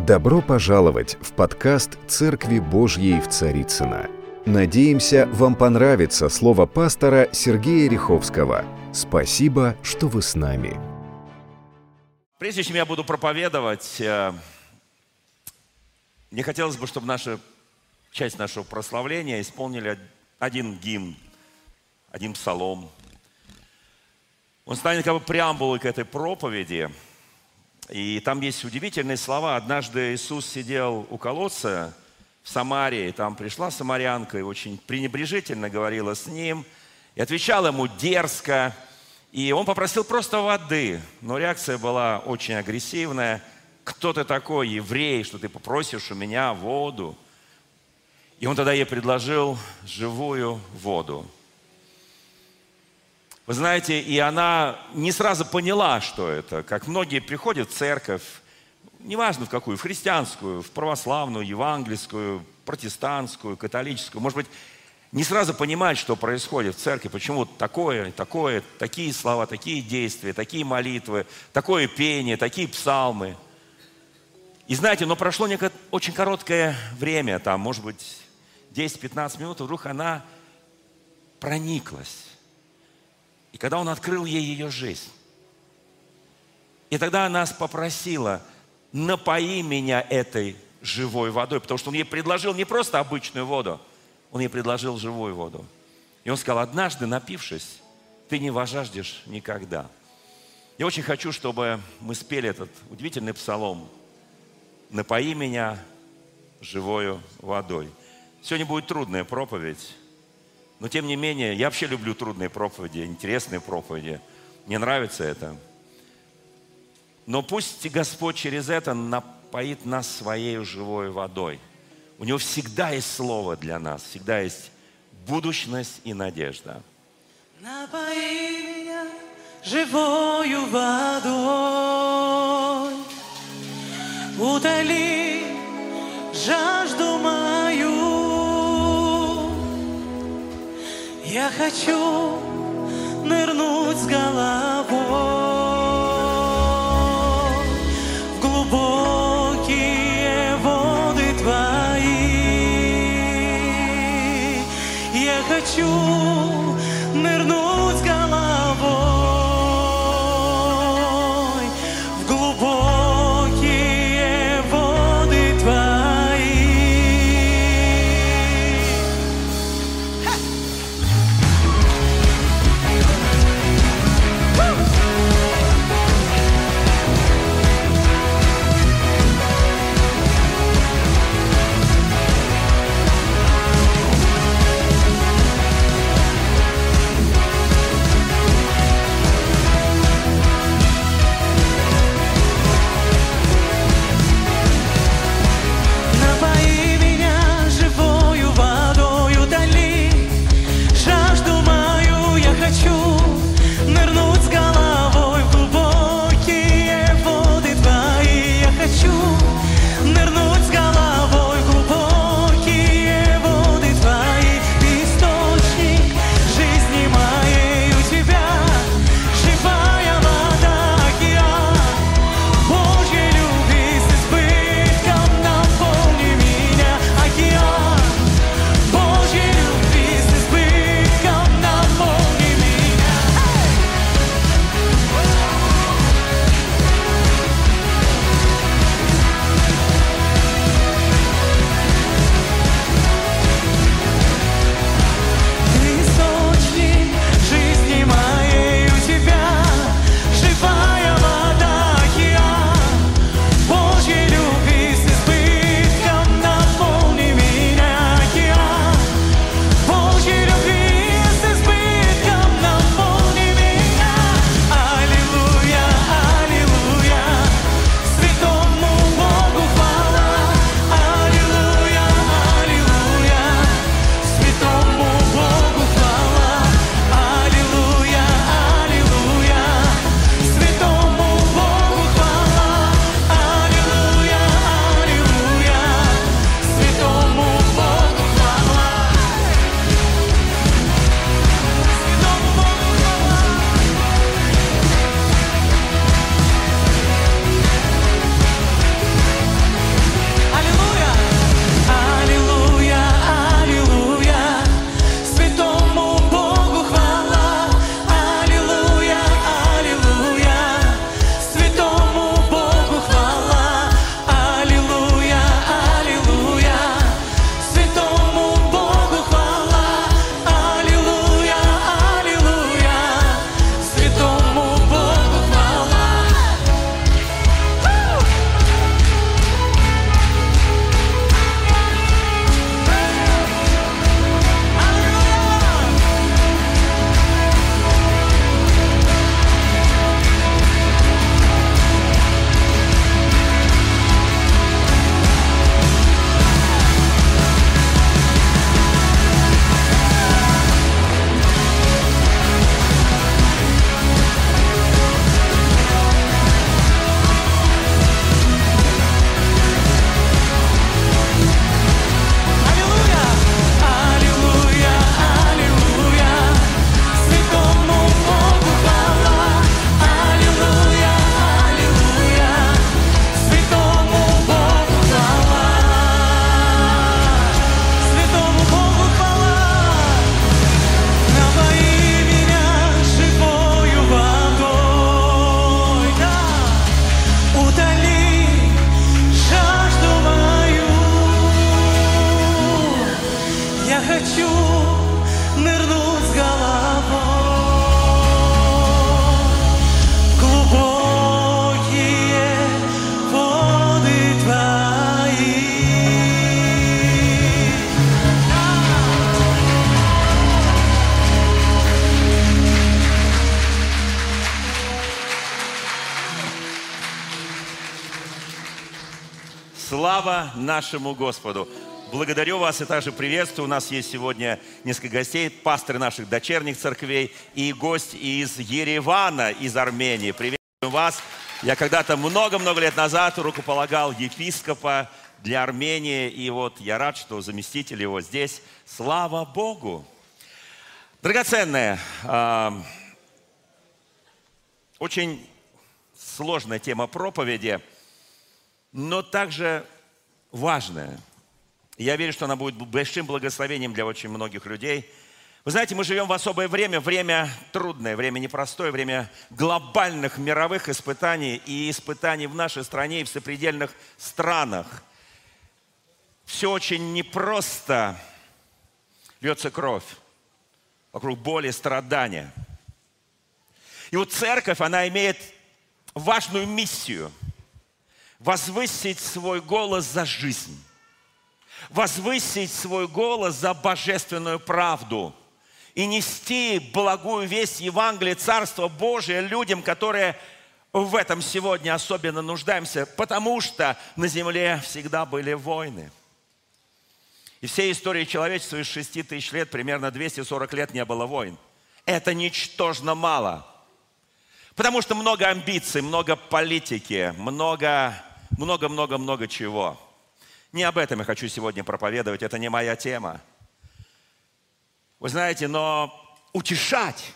Добро пожаловать в подкаст «Церкви Божьей в Царицыно». Надеемся, вам понравится слово пастора Сергея Риховского. Спасибо, что вы с нами. Прежде чем я буду проповедовать, мне хотелось бы, чтобы часть нашего прославления исполнили один гимн, один псалом. Он станет как бы преамбулой к этой проповеди. И там есть удивительные слова. Однажды Иисус сидел у колодца в Самарии, там пришла самарянка и очень пренебрежительно говорила с ним, и отвечала ему дерзко. И он попросил просто воды, но реакция была очень агрессивная. «Кто ты такой, еврей, что ты попросишь у меня воду?» И он тогда ей предложил живую воду. Вы знаете, и она не сразу поняла, что это. Как многие приходят в церковь, неважно в какую, в христианскую, в православную, евангельскую, протестантскую, католическую. Может быть, не сразу понимают, что происходит в церкви, почему такое, такие слова, такие действия, такие молитвы, такое пение, такие псалмы. И знаете, но прошло очень короткое время, там, может быть, 10-15 минут, и вдруг она прониклась. И когда он открыл ей ее жизнь, и тогда она нас попросила: напои меня этой живой водой, потому что он ей предложил не просто обычную воду, он ей предложил живую воду. И он сказал: однажды, напившись, ты не возжаждешь никогда. Я очень хочу, чтобы мы спели этот удивительный псалом: напои меня живою водой. Сегодня будет трудная проповедь. Но тем не менее, я вообще люблю трудные проповеди, интересные проповеди. Мне нравится это. Но пусть Господь через это напоит нас своей живой водой. У Него всегда есть слово для нас, всегда есть будущность и надежда. Напои меня живою водой, утоли жажду мою. Я хочу нырнуть с головой в глубокие воды Твои. Я хочу нырнуть с головой в глубокие воды Твои. Слава нашему Господу! Благодарю вас и также приветствую. У нас есть сегодня несколько гостей, пасторы наших дочерних церквей и гость из Еревана, из Армении. Приветствую вас. Я когда-то много-много лет назад рукополагал епископа для Армении, и вот я рад, что заместитель его здесь. Слава Богу! Драгоценная, очень сложная тема проповеди, но также важная. Я верю, что она будет большим благословением для очень многих людей. Вы знаете, мы живем в особое время, время трудное, время непростое, время глобальных мировых испытаний и испытаний в нашей стране и в сопредельных странах. Все очень непросто, льется кровь, вокруг боли, страдания. И вот церковь, она имеет важную миссию – возвысить свой голос за жизнь. Возвысить свой голос за божественную правду и нести благую весть Евангелия, Царства Божия людям, которые в этом сегодня особенно нуждаемся, потому что на земле всегда были войны. И всей истории человечества из 6 тысяч лет, примерно 240 лет не было войн. Это ничтожно мало. Потому что много амбиций, много политики, много чего. Не об этом я хочу сегодня проповедовать, это не моя тема. Вы знаете, но утешать,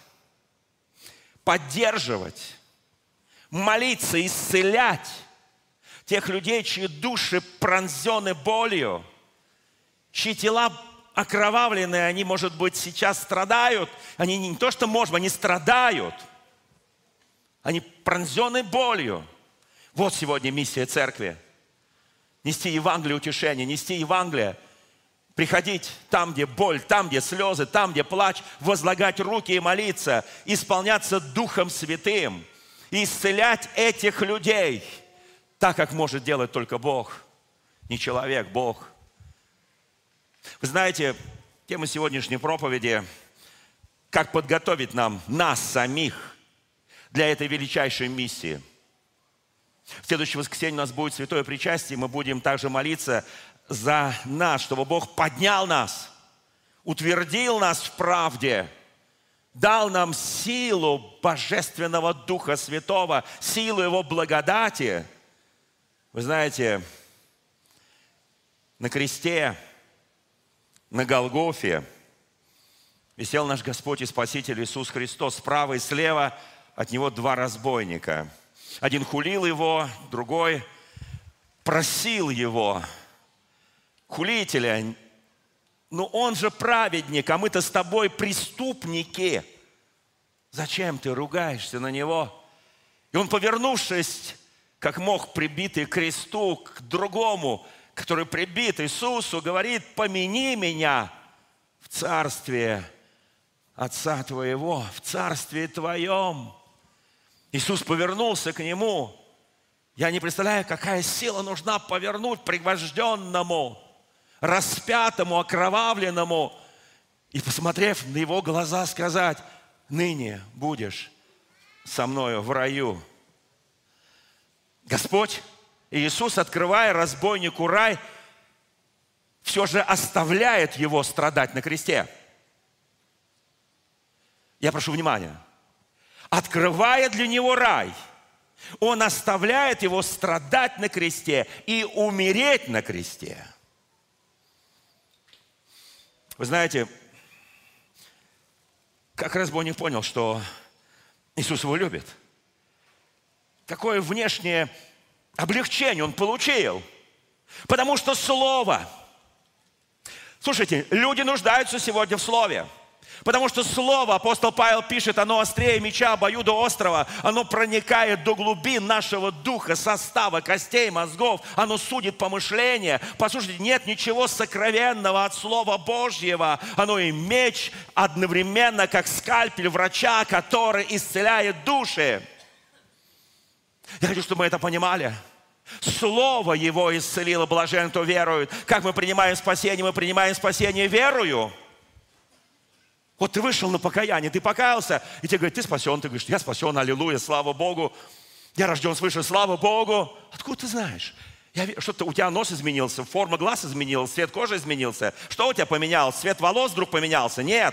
поддерживать, молиться, исцелять тех людей, чьи души пронзены болью, чьи тела окровавлены, они, может быть, сейчас страдают. Они не то, что может, они страдают. Они пронзены болью. Вот сегодня миссия церкви. Нести Евангелие утешения, нести Евангелие, приходить там, где боль, там, где слезы, там, где плач, возлагать руки и молиться, исполняться Духом Святым и исцелять этих людей, так, как может делать только Бог, не человек, Бог. Вы знаете, тема сегодняшней проповеди – как подготовить нас самих для этой величайшей миссии. В следующее воскресенье у нас будет святое причастие, мы будем также молиться за нас, чтобы Бог поднял нас, утвердил нас в правде, дал нам силу Божественного Духа Святого, силу Его благодати. Вы знаете, на кресте, на Голгофе висел наш Господь и Спаситель Иисус Христос. Справа и слева от Него 2 разбойника. Один хулил Его, другой просил Его. Хулителя, ну Он же праведник, а мы-то с тобой преступники. Зачем ты ругаешься на Него? И он, повернувшись, как мог, прибитый к кресту, к другому, который прибит Иисусу, говорит: помяни меня в царстве Отца Твоего, в царстве Твоем. Иисус повернулся к нему. Я не представляю, какая сила нужна повернуть пригвожденному, распятому, окровавленному, и, посмотрев на его глаза, сказать: ныне будешь со мною в раю. Господь Иисус, открывая разбойнику рай, все же оставляет его страдать на кресте. Я прошу внимания. Открывая для него рай, Он оставляет его страдать на кресте и умереть на кресте. Вы знаете, как разбойник понял, что Иисус его любит. Какое внешнее облегчение он получил. Потому что Слово. Слушайте, люди нуждаются сегодня в Слове. Потому что Слово, апостол Павел пишет, оно острее меча обоюдоострого, оно проникает до глубин нашего духа, состава, костей, мозгов, оно судит помышления. Послушайте, нет ничего сокровенного от Слова Божьего. Оно и меч одновременно, как скальпель врача, который исцеляет души. Я хочу, чтобы мы это понимали. Слово Его исцелило, блажен, кто верует. Как мы принимаем спасение? Мы принимаем спасение верою. Вот ты вышел на покаяние, ты покаялся, и тебе говорят: ты спасен. Ты говоришь: я спасен, аллилуйя, слава Богу. Я рожден свыше, слава Богу. Откуда ты знаешь? Что-то у тебя нос изменился, форма глаз изменилась, цвет кожи изменился. Что у тебя поменялось? Цвет волос вдруг поменялся? Нет.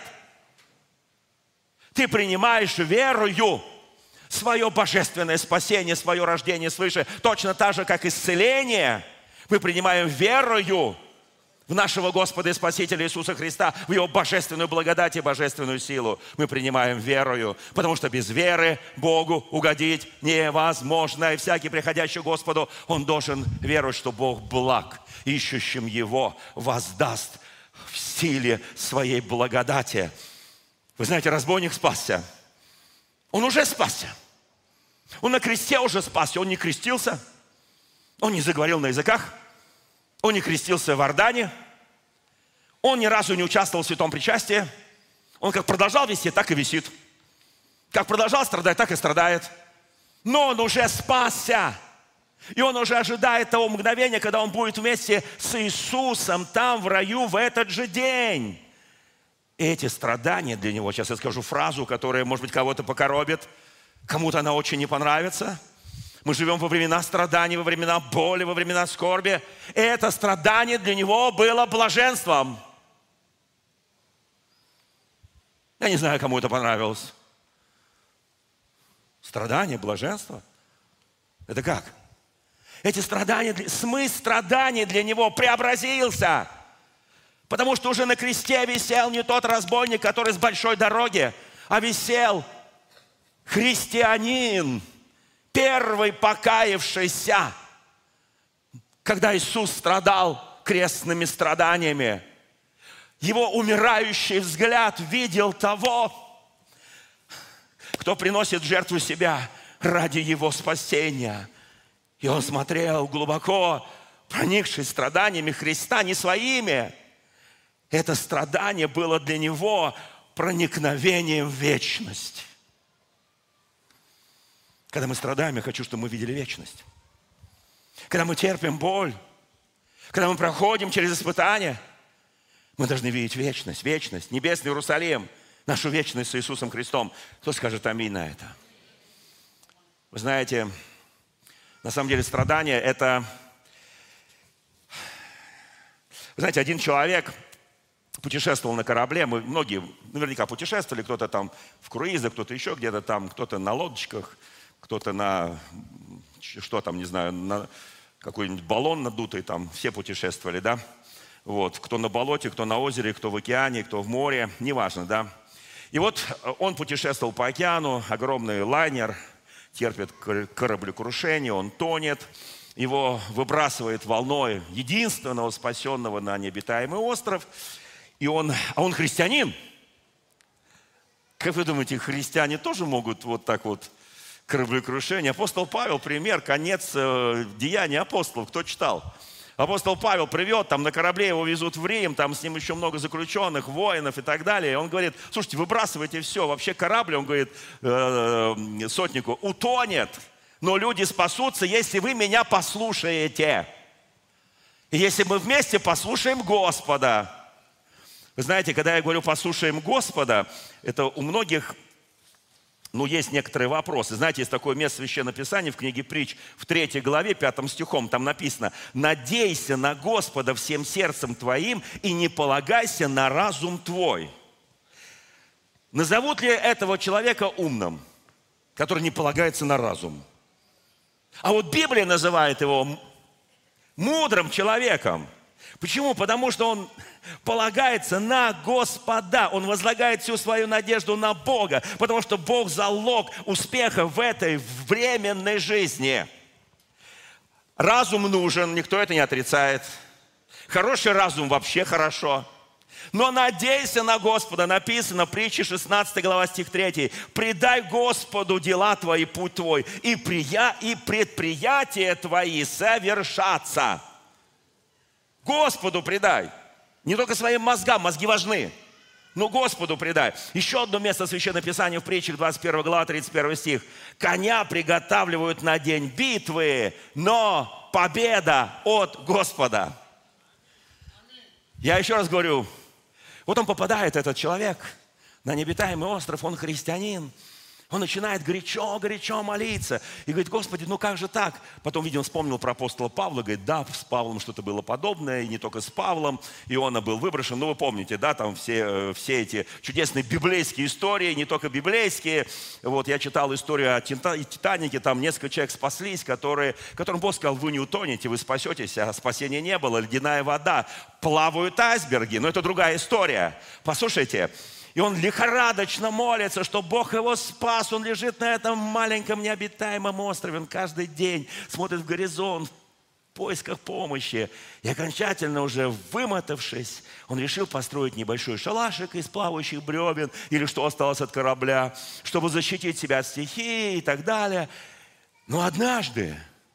Ты принимаешь верою свое божественное спасение, свое рождение свыше. Точно так же, как исцеление, мы принимаем верою в нашего Господа и Спасителя Иисуса Христа, в Его божественную благодать и божественную силу. Мы принимаем верою, потому что без веры Богу угодить невозможно. И всякий, приходящий к Господу, он должен веровать, что Бог благ, ищущим Его воздаст в силе своей благодати. Вы знаете, разбойник спасся. Он уже спасся. Он на кресте уже спасся. Он не крестился. Он не заговорил на языках. Он не крестился в Иордане. Он ни разу не участвовал в святом причастии. Он как продолжал висеть, так и висит. Как продолжал страдать, так и страдает. Но он уже спасся. И он уже ожидает того мгновения, когда он будет вместе с Иисусом там, в раю, в этот же день. И эти страдания для него, сейчас я скажу фразу, которая, может быть, кого-то покоробит, кому-то она очень не понравится. Мы живем во времена страданий, во времена боли, во времена скорби. И это страдание для него было блаженством. Я не знаю, кому это понравилось. Страдание, блаженство. Это как? Эти страдания, смысл страданий для него преобразился. Потому что уже на кресте висел не тот разбойник, который с большой дороги, а висел христианин, первый покаявшийся, когда Иисус страдал крестными страданиями. Его умирающий взгляд видел того, кто приносит в жертву себя ради его спасения. И он смотрел глубоко, проникшись страданиями Христа, не своими. Это страдание было для него проникновением в вечность. Когда мы страдаем, я хочу, чтобы мы видели вечность. Когда мы терпим боль, когда мы проходим через испытания, мы должны видеть вечность, вечность, небесный Иерусалим, нашу вечность с Иисусом Христом. Кто скажет аминь на это? Вы знаете, на самом деле страдания – это... Вы знаете, один человек путешествовал на корабле, мы многие наверняка путешествовали, кто-то там в круизах, кто-то еще где-то там, кто-то на лодочках, кто-то на, что там, не знаю, на какой-нибудь баллон надутый, там все путешествовали, да? Вот, кто на болоте, кто на озере, кто в океане, кто в море, неважно, да? И вот он путешествовал по океану, огромный лайнер, терпит кораблекрушение, он тонет, его выбрасывает волной единственного спасенного на необитаемый остров, и он христианин. Как вы думаете, христиане тоже могут вот так вот кораблекрушение? Апостол Павел, пример, конец Деяний апостолов, кто читал? Апостол Павел плывет, там на корабле его везут в Рим, там с ним еще много заключенных, воинов и так далее. И он говорит, слушайте, выбрасывайте все, вообще корабль, он говорит сотнику, утонет, но люди спасутся, если вы меня послушаете. И если мы вместе послушаем Господа. Вы знаете, когда я говорю «послушаем Господа», это у многих, есть некоторые вопросы. Знаете, есть такое место Священного Писания в книге Притч, в 3 главе, 5 стихом, там написано: «Надейся на Господа всем сердцем твоим и не полагайся на разум твой». Назовут ли этого человека умным, который не полагается на разум? А вот Библия называет его мудрым человеком. Почему? Потому что он полагается на Господа. Он возлагает всю свою надежду на Бога. Потому что Бог залог успеха в этой временной жизни. Разум нужен, никто это не отрицает. Хороший разум вообще хорошо. Но надейся на Господа. Написано в притче 16 глава стих 3. «Предай Господу дела твои, путь твой, и предприятия твои совершатся». Господу предай. Не только своим мозгам, мозги важны, но Господу предай. Еще одно место Священного Писания в притчах, 21 глава, 31 стих. «Коня приготавливают на день битвы, но победа от Господа». Я еще раз говорю, вот он попадает, этот человек, на необитаемый остров, он христианин. Он начинает горячо молиться. И говорит: Господи, ну как же так? Потом, видимо, вспомнил про апостола Павла. Говорит: да, с Павлом что-то было подобное. И не только с Павлом. Иона был выброшен. Ну, вы помните, да, там все эти чудесные библейские истории, не только библейские. Вот, я читал историю о Титанике. Там несколько человек спаслись, которым Бог сказал: вы не утонете, вы спасетесь. А спасения не было. Ледяная вода. Плавают айсберги. Но это другая история. Послушайте. И он лихорадочно молится, что Бог его спас. Он лежит на этом маленьком необитаемом острове. Он каждый день смотрит в горизонт в поисках помощи. И окончательно уже вымотавшись, он решил построить небольшой шалашик из плавающих бревен или что осталось от корабля, чтобы защитить себя от стихии и так далее. Но однажды,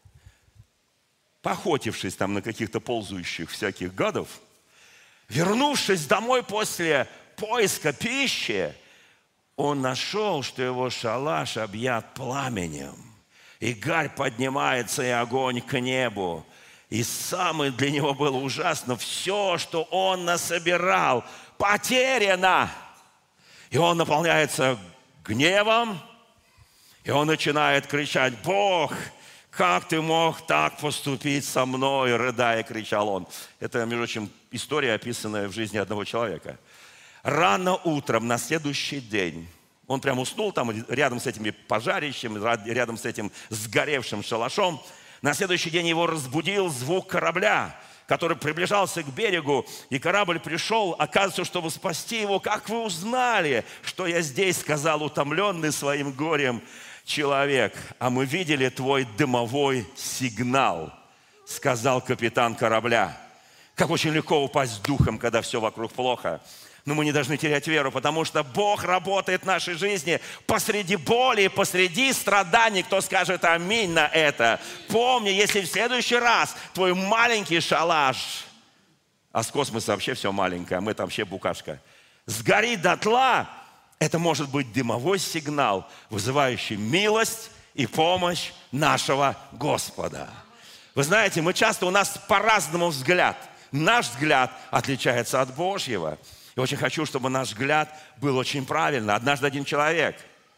поохотившись там на каких-то ползающих всяких гадов, вернувшись домой после поиска пищи, он нашел, что его шалаш объят пламенем. И гарь поднимается, и огонь к небу. И самое для него было ужасно: все, что он насобирал, потеряно. И он наполняется гневом, и он начинает кричать: Бог, как ты мог так поступить со мной? Рыдая, кричал он. Это, между прочим, история, описанная в жизни одного человека. Рано утром на следующий день он прям уснул там рядом с этими пожарищем, рядом с этим сгоревшим шалашом. На следующий день его разбудил звук корабля, который приближался к берегу, и корабль пришел, оказывается, чтобы спасти его. Как вы узнали, что я здесь, сказал утомленный своим горем человек. А мы видели твой дымовой сигнал, сказал капитан корабля. Как очень легко упасть духом, когда все вокруг плохо. Но мы не должны терять веру, потому что Бог работает в нашей жизни посреди боли, посреди страданий. Кто скажет аминь на это? Помни, если в следующий раз твой маленький шалаш, а с космоса вообще все маленькое, а мы там вообще букашка, сгорит дотла, это может быть дымовой сигнал, вызывающий милость и помощь нашего Господа. Вы знаете, у нас по-разному взгляд. Наш взгляд отличается от Божьего. И очень хочу, чтобы наш взгляд был очень правильно. Однажды один человек,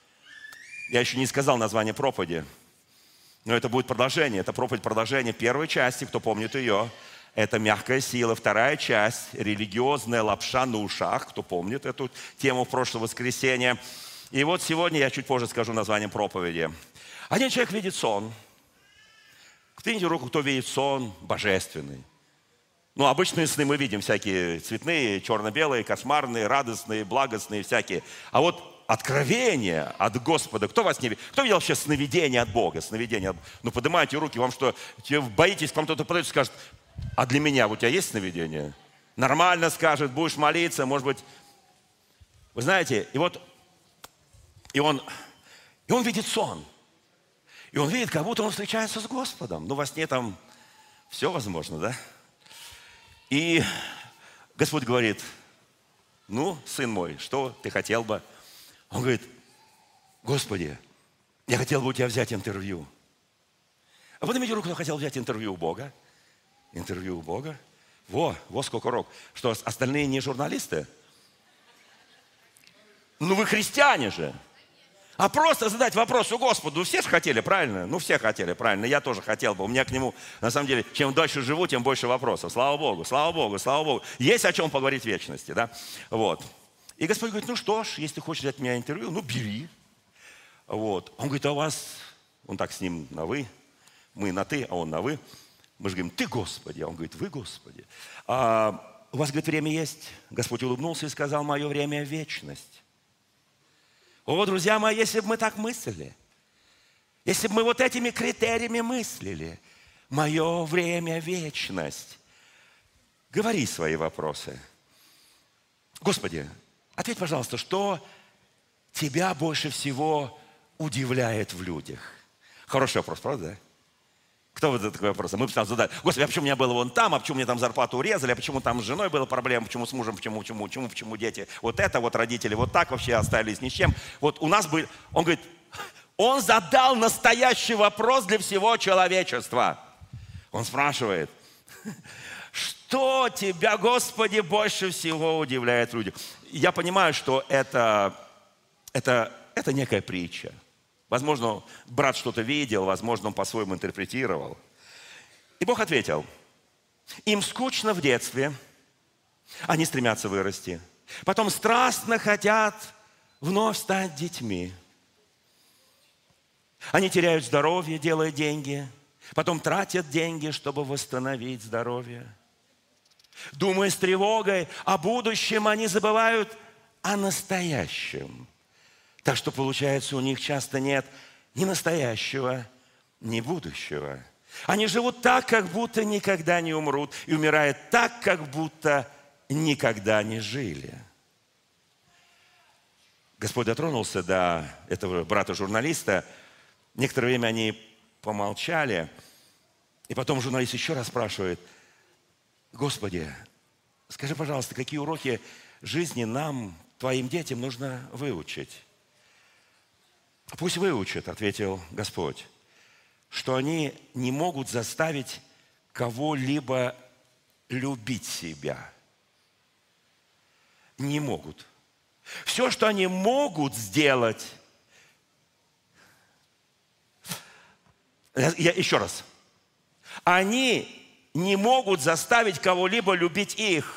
я еще не сказал название проповеди, но это будет продолжение. Это проповедь продолжения первой части, кто помнит ее. Это «Мягкая сила». Вторая часть – религиозная лапша на ушах. Кто помнит эту тему в прошлое воскресенье. И вот сегодня я чуть позже скажу название проповеди. Один человек видит сон. Киньте руку, кто видит сон божественный. Ну, обычные сны мы видим всякие цветные, черно-белые, кошмарные, радостные, благостные всякие. А вот откровение от Господа, кто вас не видел? Кто видел вообще сновидение от Бога? Ну, поднимайте руки, вам что, боитесь, к вам кто-то подойдет и скажет: а для меня у тебя есть сновидение? Нормально скажет, будешь молиться, может быть. Вы знаете, и он видит сон. И он видит, как будто он встречается с Господом. Ну, во сне там все возможно, да? И Господь говорит: ну, сын мой, что ты хотел бы? Он говорит: Господи, я хотел бы у тебя взять интервью. А поднимите руку, кто хотел взять интервью у Бога. Интервью у Бога. Во сколько рук. Что, остальные не журналисты? Ну, вы христиане же. А просто задать вопрос у Господа. Все же хотели, правильно? Ну, все хотели, правильно. Я тоже хотел бы. У меня к нему, на самом деле, чем дольше живу, тем больше вопросов. Слава Богу, слава Богу, слава Богу. Есть о чем поговорить в вечности, да? Вот. И Господь говорит: ну что ж, если ты хочешь взять у меня интервью, ну, бери. Вот. Он говорит: а у вас... Он так с ним на «вы». Мы на «ты», а он на «вы». Мы же говорим: ты, Господи. А он говорит: вы, Господи. У вас, говорит, время есть? Господь улыбнулся и сказал: мое время – вечность. О, друзья мои, если бы мы так мыслили, если бы мы вот этими критериями мыслили, мое время – вечность. Говори свои вопросы. Господи, ответь, пожалуйста, что тебя больше всего удивляет в людях? Хороший вопрос, правда, да? Кто вот такой вопрос? Мы бы там задали: Господи, а почему у меня было вон там, а почему мне там зарплату урезали, а почему там с женой была проблема, почему с мужем, почему дети, вот это вот родители, вот так вообще остались ни с чем. Вот у нас были... Он говорит, он задал настоящий вопрос для всего человечества. Он спрашивает: что тебя, Господи, больше всего удивляет в людях? Я понимаю, что это это некая притча. Возможно, брат что-то видел, возможно, он по-своему интерпретировал. И Бог ответил: им скучно в детстве, они стремятся вырасти. Потом страстно хотят вновь стать детьми. Они теряют здоровье, делая деньги. Потом тратят деньги, чтобы восстановить здоровье. Думая с тревогой о будущем, они забывают о настоящем. Так что, получается, у них часто нет ни настоящего, ни будущего. Они живут так, как будто никогда не умрут, и умирают так, как будто никогда не жили. Господь дотронулся до этого брата-журналиста. Некоторое время они помолчали, и потом журналист еще раз спрашивает: Господи, скажи, пожалуйста, какие уроки жизни нам, твоим детям, нужно выучить? Пусть выучат, ответил Господь, что они не могут заставить кого-либо любить себя. Не могут. Все, что они могут сделать, еще раз, они не могут заставить кого-либо любить их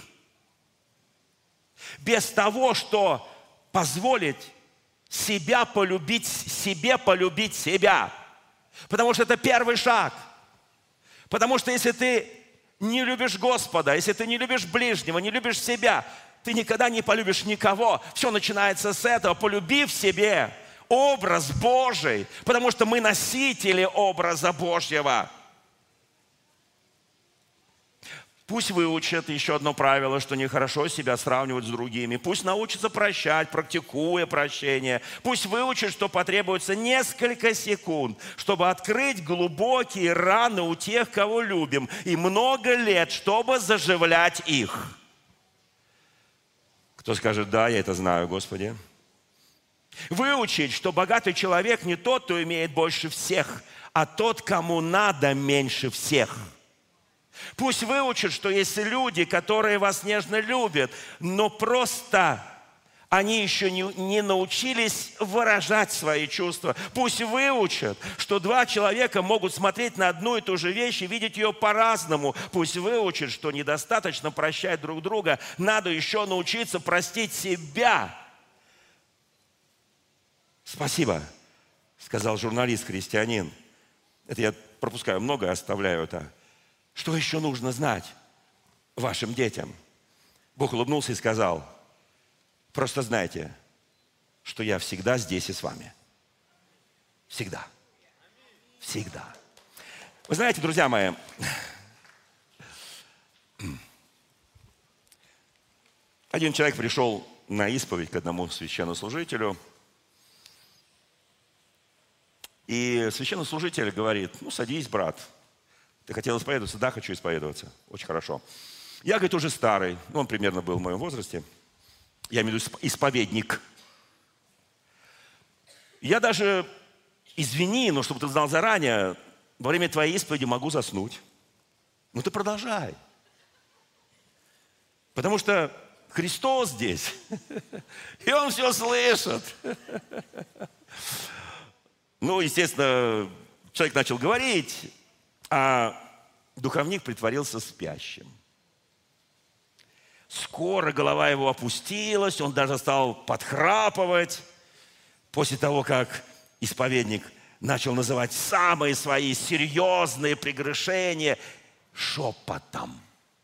без того, что позволить себе полюбить себя. Потому что это первый шаг. Потому что если ты не любишь Господа, если ты не любишь ближнего, не любишь себя, ты никогда не полюбишь никого. Все начинается с этого. Полюби в себе образ Божий, потому что мы носители образа Божьего. Пусть выучат еще одно правило, что нехорошо себя сравнивать с другими. Пусть научатся прощать, практикуя прощение. Пусть выучат, что потребуется несколько секунд, чтобы открыть глубокие раны у тех, кого любим, и много лет, чтобы заживлять их. Кто скажет: да, я это знаю, Господи. Выучить, что богатый человек не тот, кто имеет больше всех, а тот, кому надо меньше всех. Пусть выучат, что есть люди, которые вас нежно любят, но просто они еще не научились выражать свои чувства. Пусть выучат, что два человека могут смотреть на одну и ту же вещь и видеть ее по-разному. Пусть выучат, что недостаточно прощать друг друга, надо еще научиться простить себя. Спасибо, сказал журналист-христианин. Это я пропускаю многое, оставляю это. Что еще нужно знать вашим детям? Бог улыбнулся и сказал: просто знайте, что я всегда здесь и с вами. Всегда. Всегда. Вы знаете, друзья мои, один человек пришел на исповедь к одному священнослужителю, и священнослужитель говорит: ну, садись, брат. Ты хотел исповедоваться? Да, хочу исповедоваться. Очень хорошо. Я, говорит, уже старый. Он примерно был в моем возрасте. Я имею в виду исповедник. Я даже, извини, но чтобы ты знал заранее, во время твоей исповеди могу заснуть. Ну ты продолжай. Потому что Христос здесь. И Он все слышит. Ну, естественно, человек начал говорить, а духовник притворился спящим. Скоро голова его опустилась, он даже стал подхрапывать. После того, как исповедник начал называть самые свои серьезные прегрешения шепотом.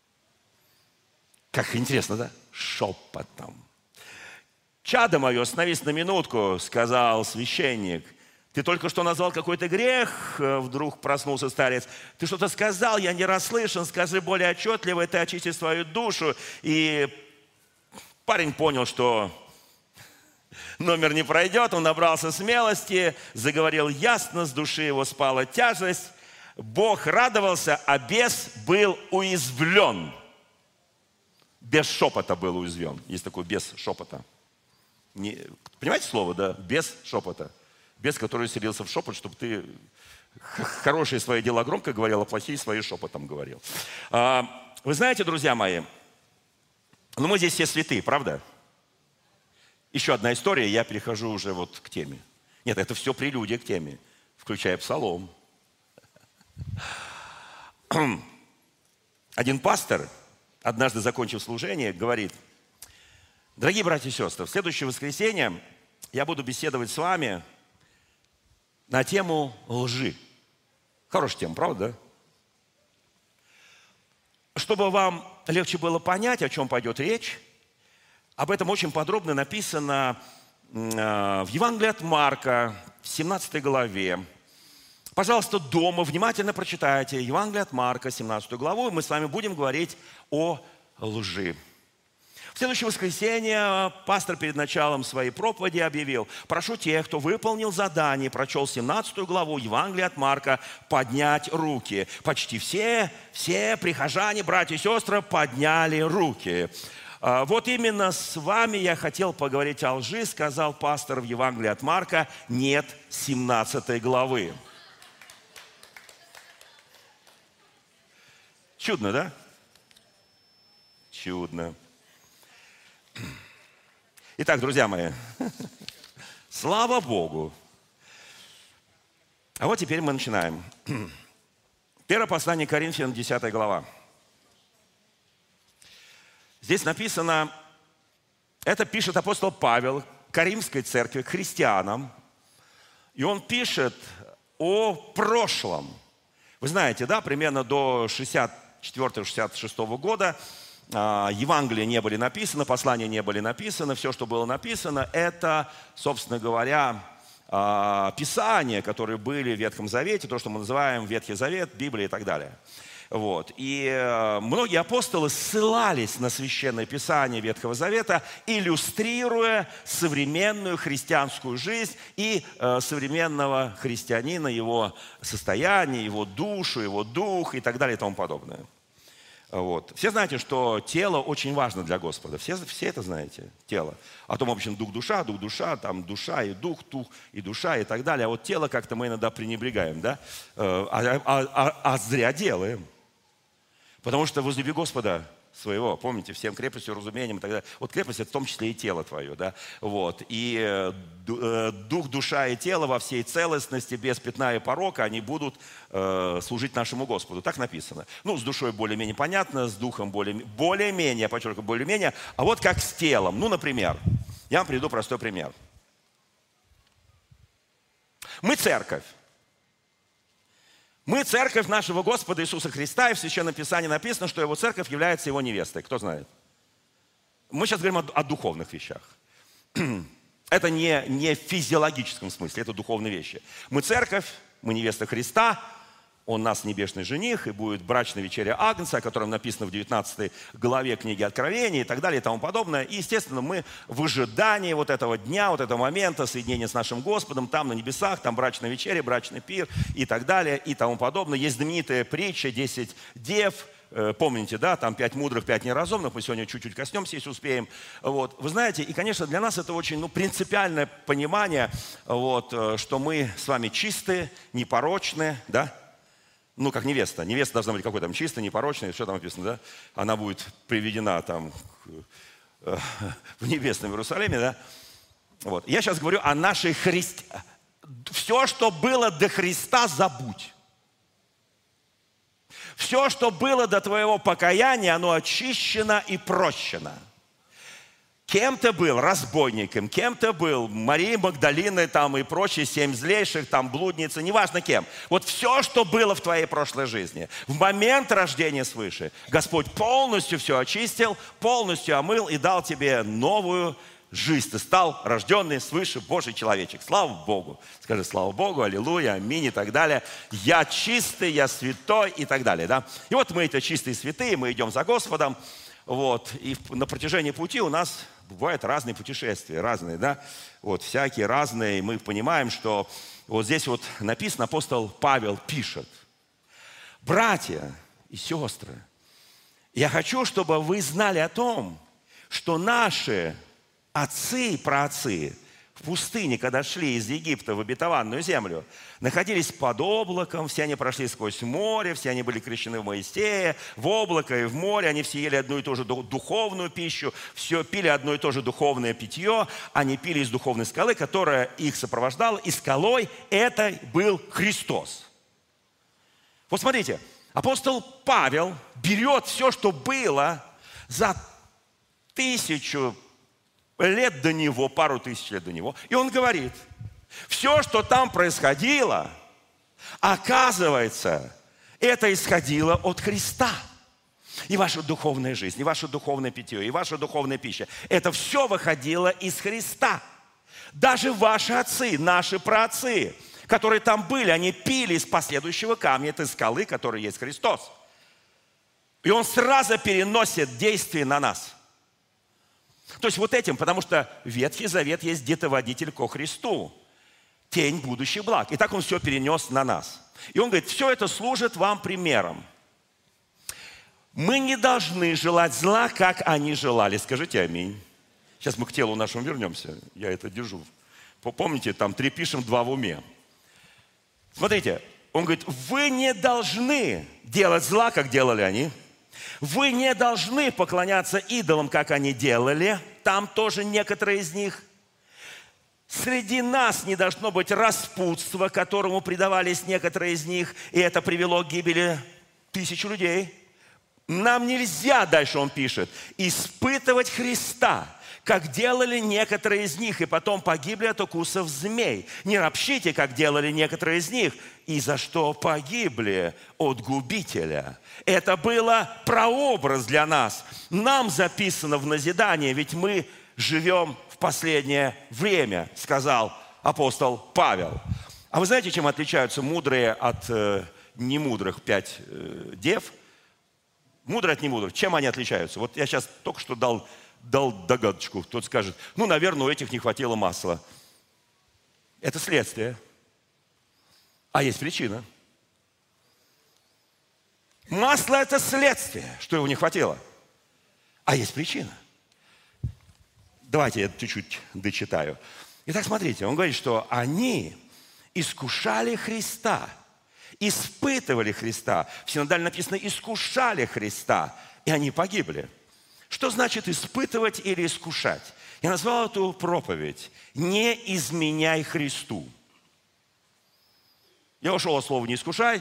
Как интересно, да? Шепотом. «Чадо мое, остановись на минутку», — сказал священник. «Ты только что назвал какой-то грех», — вдруг проснулся старец. «Ты что-то сказал, я не расслышан, скажи более отчетливо, и ты очистишь свою душу». И парень понял, что номер не пройдет, он набрался смелости, заговорил ясно, с души его спала тяжесть. Бог радовался, а бес был уязвлен. Без шепота был уязвлен. Есть такой бес шепота. Понимаете слово, да? Без шепота. Бес, который селился в шепот, чтобы ты хорошие свои дела громко говорил, а плохие свои шепотом говорил. Вы знаете, друзья мои, мы здесь все святые, правда? Еще одна история, я перехожу уже вот к теме. Нет, это все прелюдия к теме, включая Псалом. Один пастор, однажды закончив служение, говорит: дорогие братья и сестры, в следующее воскресенье я буду беседовать с вами на тему лжи. Хорошая тема, правда, да? Чтобы вам легче было понять, о чем пойдет речь, об этом очень подробно написано в Евангелии от Марка, в 17 главе. Пожалуйста, дома внимательно прочитайте Евангелие от Марка, 17 главу, и мы с вами будем говорить о лжи. В следующее воскресенье пастор перед началом своей проповеди объявил: прошу тех, кто выполнил задание, прочел 17 главу Евангелия от Марка, поднять руки. Почти все прихожане, братья и сестры, подняли руки. Вот именно с вами я хотел поговорить о лжи, сказал пастор в Евангелии от Марка, нет 17 главы. Чудно, да? Чудно. Итак, друзья мои, слава Богу. А вот теперь мы начинаем. Первое послание Коринфянам, 10 глава. Здесь написано, это пишет апостол Павел Каримской церкви, христианам. И он пишет о прошлом. Вы знаете, да, примерно до 64-66 года Евангелия не были написаны, послания не были написаны. Все, что было написано, это, собственно говоря, Писания, которые были в Ветхом Завете, то, что мы называем Ветхий Завет, Библия и так далее. Вот. И многие апостолы ссылались на Священное Писание Ветхого Завета, иллюстрируя современную христианскую жизнь и современного христианина, его состояние, его душу, его дух и так далее и тому подобное. Вот. Все знаете, что тело очень важно для Господа. Все это знаете, тело. А то мы обычно дух-душа, там душа и дух и душа и так далее. А вот тело как-то мы иногда пренебрегаем, да? А зря делаем. Потому что возлюби Господа своего, помните, всем крепостью, разумением и так далее. Вот крепость – это в том числе и тело твое, да? Вот. И дух, душа и тело во всей целостности, без пятна и порока, они будут служить нашему Господу. Так написано. Ну, с душой более-менее понятно, с духом более-менее, я подчеркиваю, более-менее. А вот как с телом. Ну, например, я вам приведу простой пример. Мы церковь. Мы церковь нашего Господа Иисуса Христа, и в Священном Писании написано, что его церковь является его невестой. Кто знает? Мы сейчас говорим о духовных вещах. Это не в физиологическом смысле, это духовные вещи. Мы церковь, мы невеста Христа, Он нас небесный жених, и будет брачная вечеря Агнца, о котором написано в 19 главе книги Откровения и так далее и тому подобное. И, естественно, мы в ожидании вот этого дня, вот этого момента соединения с нашим Господом, там на небесах, там брачная вечеря, брачный пир и так далее и тому подобное. Есть знаменитая притча «10 дев». Помните, да, там 5 мудрых, 5 неразумных. Мы сегодня чуть-чуть коснемся, если успеем. Вот. Вы знаете, и, конечно, для нас это очень принципиальное понимание, вот, что мы с вами чистые, непорочные, да? Ну, как невеста. Невеста должна быть какой там чистой, непорочной. Что там написано, да? Она будет приведена там в небесном Иерусалиме, да? Вот. Я сейчас говорю о нашей Христе. Все, что было до Христа, забудь. Все, что было до твоего покаяния, оно очищено и прощено. Кем ты был? Разбойником. Кем ты был? Марией Магдалиной там и прочие 7 злейших, там блудницы, неважно кем. Вот все, что было в твоей прошлой жизни. В момент рождения свыше Господь полностью все очистил, полностью омыл и дал тебе новую жизнь. Ты стал рожденный свыше Божий человечек. Слава Богу. Скажи слава Богу, аллилуйя, аминь и так далее. Я чистый, я святой и так далее. Да? И вот мы это чистые святые, мы идем за Господом. Вот. И на протяжении пути у нас бывают разные путешествия, разные, да, вот, всякие разные. Мы понимаем, что вот здесь вот написано, апостол Павел пишет: братья и сестры, я хочу, чтобы вы знали о том, что наши отцы и праотцы в пустыне, когда шли из Египта в обетованную землю, находились под облаком, все они прошли сквозь море, все они были крещены в Моисея, в облако и в море, они все ели одну и ту же духовную пищу, все пили одно и то же духовное питье, они пили из духовной скалы, которая их сопровождала, и скалой это был Христос. Вот смотрите, апостол Павел берет все, что было за 1000 лет до него, пару тысяч лет до него, и он говорит, все, что там происходило, оказывается, это исходило от Христа. И ваша духовная жизнь, и ваше духовное питье, и ваша духовная пища, это все выходило из Христа. Даже ваши отцы, наши праотцы, которые там были, они пили из последующего камня, этой скалы, которая есть Христос. И он сразу переносит действие на нас. То есть вот этим, потому что Ветхий Завет есть детоводитель ко Христу, тень будущих благ. И так он все перенес на нас. И он говорит, все это служит вам примером. Мы не должны желать зла, как они желали. Скажите аминь. Сейчас мы к телу нашему вернемся. Я это держу. Помните, там 3 пишем, 2 в уме. Смотрите, он говорит, вы не должны делать зла, как делали они. Вы не должны поклоняться идолам, как они делали. Там тоже некоторые из них. Среди нас не должно быть распутства, которому предавались некоторые из них. И это привело к гибели 1000 людей. Нам нельзя, дальше он пишет, испытывать Христа, как делали некоторые из них, и потом погибли от укусов змей. Не ропщите, как делали некоторые из них, и за что погибли от губителя. Это было прообраз для нас. Нам записано в назидание, ведь мы живем в последнее время, сказал апостол Павел. А вы знаете, чем отличаются мудрые от немудрых 5 дев? Мудрые от немудрых. Чем они отличаются? Вот я сейчас только что дал догадочку. Кто-то скажет, ну, наверное, у этих не хватило масла. Это следствие. А есть причина. Масло – это следствие, что его не хватило. А есть причина. Давайте я чуть-чуть дочитаю. Итак, смотрите, он говорит, что они искушали Христа, испытывали Христа. В синодале написано «искушали Христа», и они погибли. Что значит испытывать или искушать? Я назвал эту проповедь «Не изменяй Христу». Я ушел от слова «не искушай».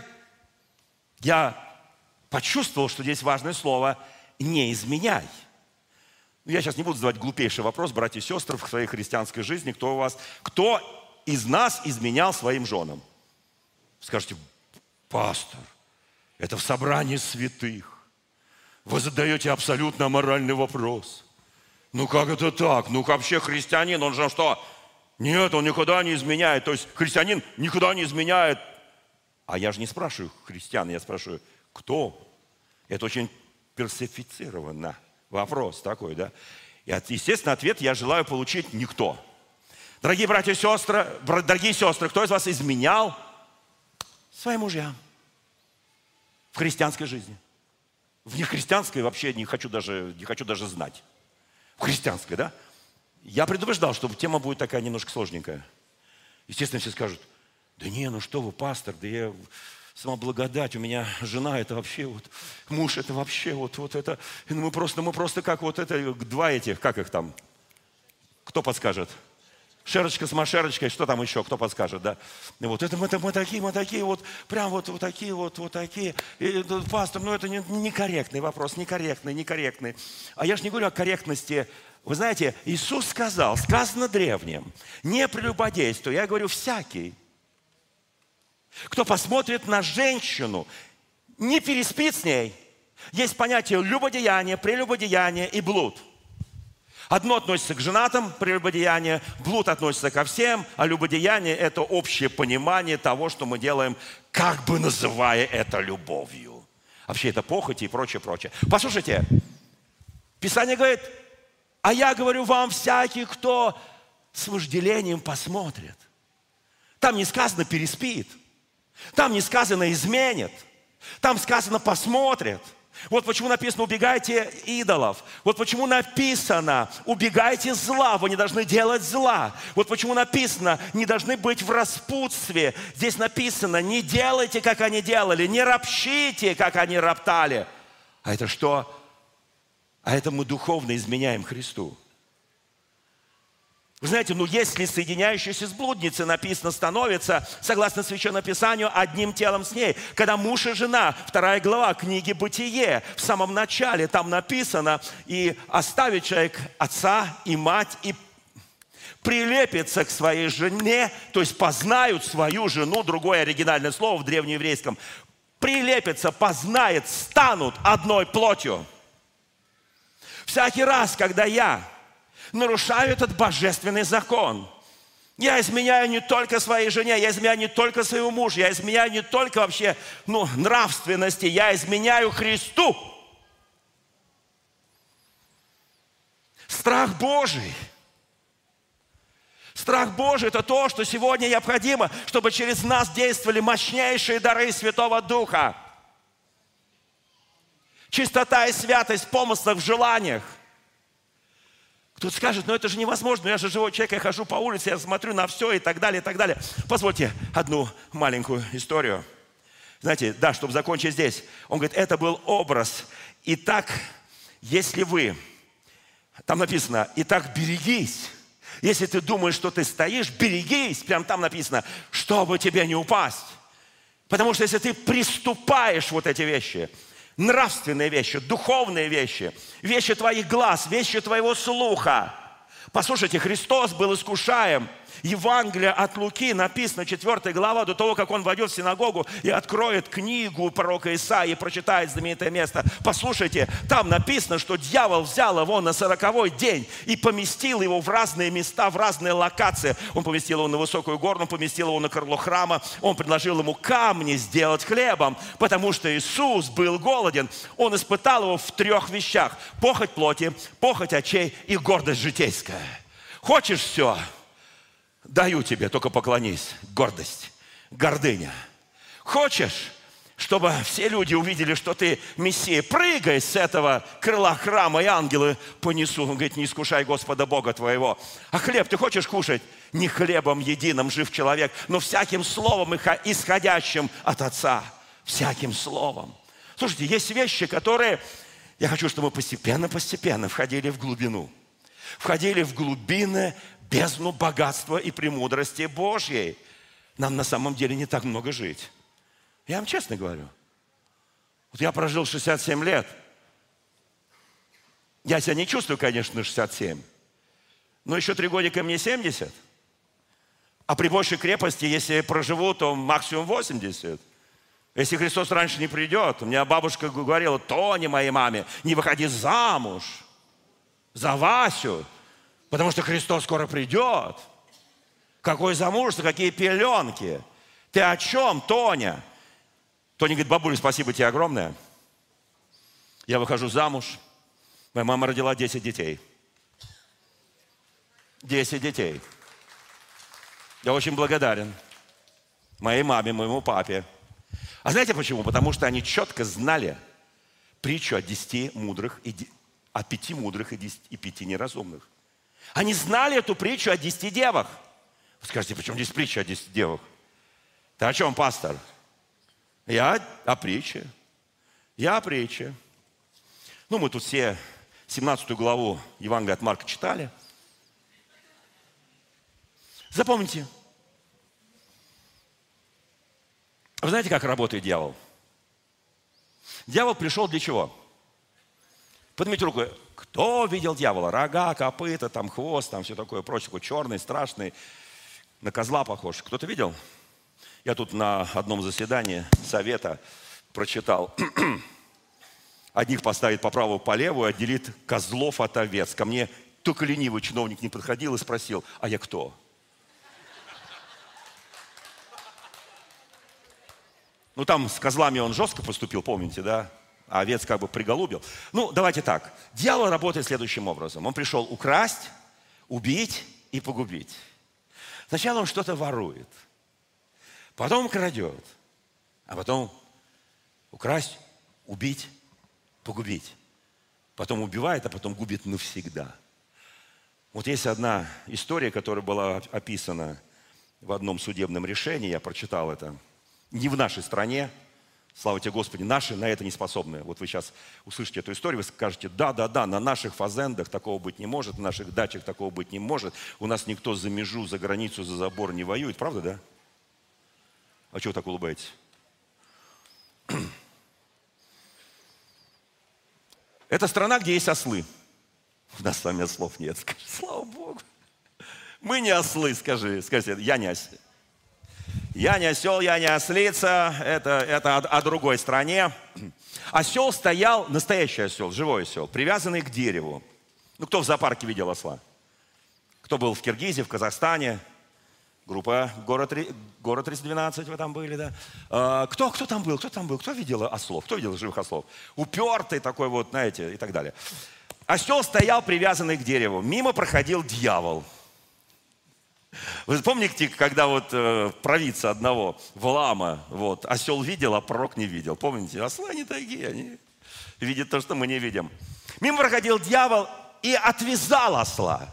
Я почувствовал, что здесь важное слово «не изменяй». Я сейчас не буду задавать глупейший вопрос, братья и сестры, в своей христианской жизни, кто из нас изменял своим женам? Скажете, пастор, это в собрании святых. Вы задаете абсолютно аморальный вопрос. Ну как это так? Ну вообще христианин, он же что? Нет, он никогда не изменяет. То есть христианин никогда не изменяет. А я же не спрашиваю христиан, я спрашиваю, кто? Это очень персонифицированно. Вопрос такой, да? И, естественно, ответ я желаю получить никто. Дорогие братья и сестры, кто из вас изменял своим мужьям в христианской жизни? В нехристианской вообще не хочу даже знать. В христианской, да? Я предупреждал, что тема будет такая немножко сложненькая. Естественно, все скажут, да не, ну что вы, пастор, да я сама благодать, у меня жена, это вообще вот, муж, это вообще вот это, мы просто как вот это, 2 этих, как их там, кто подскажет? Шерочка с машерочкой, что там еще, кто подскажет, да? И вот это мы такие, вот, прям вот такие. И, пастор, ну это некорректный вопрос, некорректный. А я же не говорю о корректности. Вы знаете, Иисус сказано древним, не прелюбодействуй, я говорю всякий. Кто посмотрит на женщину, не переспит с ней. Есть понятие любодеяние, прелюбодеяние и блуд. Одно относится к женатым, прелюбодеяние, блуд относится ко всем, а любодеяние – это общее понимание того, что мы делаем, как бы называя это любовью. Вообще это похоть и прочее. Послушайте, Писание говорит, а я говорю вам, всякий, кто с вожделением посмотрит. Там не сказано переспит, там не сказано изменит, там сказано посмотрит. Вот почему написано «убегайте идолов». Вот почему написано «убегайте зла», вы не должны делать зла. Вот почему написано «не должны быть в распутстве». Здесь написано «не делайте, как они делали, не ропщите, как они роптали». А это что? А это мы духовно изменяем Христу. Вы знаете, если соединяющиеся с блудницей, написано, становятся, согласно Священному Писанию, одним телом с ней. Когда муж и жена, 2 глава книги «Бытие», в самом начале там написано, и оставит человек отца и мать, и прилепится к своей жене, то есть познают свою жену, другое оригинальное слово в древнееврейском, прилепится, познает, станут одной плотью. Всякий раз, когда я нарушаю этот божественный закон, я изменяю не только своей жене, я изменяю не только своему мужу, я изменяю не только вообще нравственности, я изменяю Христу. Страх Божий. Страх Божий – это то, что сегодня необходимо, чтобы через нас действовали мощнейшие дары Святого Духа. Чистота и святость в помыслах, в желаниях. Кто-то скажет, это же невозможно, я же живой человек, я хожу по улице, я смотрю на все и так далее, и так далее. Позвольте одну маленькую историю. Знаете, чтобы закончить здесь. Он говорит, это был образ. Итак, если вы, там написано, итак, берегись. Если ты думаешь, что ты стоишь, берегись, прям там написано, чтобы тебе не упасть. Потому что если ты приступаешь вот эти вещи, нравственные вещи, духовные вещи, вещи твоих глаз, вещи твоего слуха. Послушайте, Христос был искушаем. Евангелие от Луки написано, 4 глава, до того, как он войдет в синагогу и откроет книгу пророка Исаии и прочитает знаменитое место. Послушайте, там написано, что дьявол взял его на 40-й день и поместил его в разные места, в разные локации. Он поместил его на высокую гору, он поместил его на крыло храма, он предложил ему камни сделать хлебом, потому что Иисус был голоден. Он испытал его в 3 вещах: похоть плоти, похоть очей и гордость житейская. Хочешь все? Даю тебе, только поклонись. Гордость, гордыня. Хочешь, чтобы все люди увидели, что ты Мессия? Прыгай с этого крыла храма, и ангелы понесут. Он говорит, не искушай Господа Бога твоего. А хлеб ты хочешь кушать? Не хлебом единым жив человек, но всяким словом, исходящим от Отца. Всяким словом. Слушайте, есть вещи, которые... Я хочу, чтобы мы постепенно входили в глубину. Входили в глубины, бездну богатства и премудрости Божьей. Нам на самом деле не так много жить. Я вам честно говорю. Вот я прожил 67 лет. Я себя не чувствую, конечно, 67. Но еще 3 годика мне 70. А при большей крепости, если я проживу, то максимум 80. Если Христос раньше не придет. У меня бабушка говорила, Тоне, моей маме, не выходи замуж за Васю, потому что Христос скоро придет. Какое замужество, какие пеленки. Ты о чем, Тоня? Тоня говорит, бабуля, спасибо тебе огромное. Я выхожу замуж. Моя мама родила 10 детей. 10 детей. Я очень благодарен моей маме, моему папе. А знаете почему? Потому что они четко знали притчу о 10 мудрых, о 5 мудрых и 5 неразумных. Они знали эту притчу о 10 девах. Вы скажете, почему здесь притча о 10 девах? Ты о чем, пастор? Я о притче. Я о притче. Мы тут все 17 главу Евангелия от Марка читали. Запомните. Вы знаете, как работает дьявол? Дьявол пришел для чего? Поднимите руку. Кто видел дьявола? Рога, копыта, там хвост, там все такое прочее, такой черный, страшный, на козла похож. Кто-то видел? Я тут на одном заседании совета прочитал. Одних поставит по правую, по левую, отделит козлов от овец. Ко мне только ленивый чиновник не подходил и спросил, а я кто? Там с козлами он жестко поступил, помните, да? А овец как бы приголубил. Давайте так. Дьявол работает следующим образом. Он пришел украсть, убить и погубить. Сначала он что-то ворует, потом крадет, а потом украсть, убить погубить. Потом убивает, а потом губит навсегда. Вот есть одна история, которая была описана в одном судебном решении, я прочитал это. Не в нашей стране, слава тебе Господи, наши на это не способны. Вот вы сейчас услышите эту историю, вы скажете, да, на наших фазендах такого быть не может, на наших дачах такого быть не может, у нас никто за межу, за границу, за забор не воюет, правда, да? А чего вы так улыбаетесь? Это страна, где есть ослы. У нас с вами ослов нет. Скажи, слава Богу. Мы не ослы, скажите, я не осел. Я не осел, я не ослица. Это о другой стране. Осел стоял, настоящий осел, живой осел, привязанный к дереву. Ну, кто в зоопарке видел осла? Кто был в Киргизии, в Казахстане? Группа «Город 312», вы там были, да? Кто там был? Кто видел ослов? Кто видел живых ослов? Упертый такой вот, знаете, и так далее. Осел стоял, привязанный к дереву. Мимо проходил дьявол. Вы помните, когда вот провидца одного, Валаама, вот, осел видел, а пророк не видел? Помните? Ослы они такие, они видят то, что мы не видим. Мимо проходил дьявол и отвязал осла.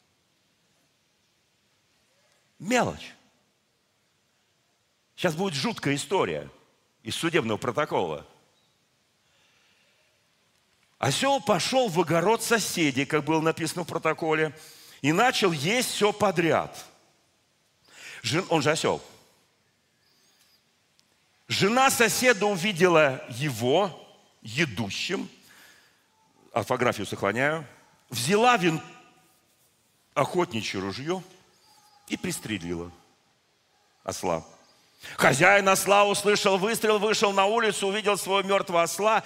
Мелочь. Сейчас будет жуткая история из судебного протокола. Осел пошел в огород соседей, как было написано в протоколе, и начал есть все подряд. Он же осел. Жена соседа увидела его едущим, орфографию сохраняю, взяла охотничье ружье и пристрелила осла. Хозяин осла услышал выстрел, вышел на улицу, увидел своего мертвого осла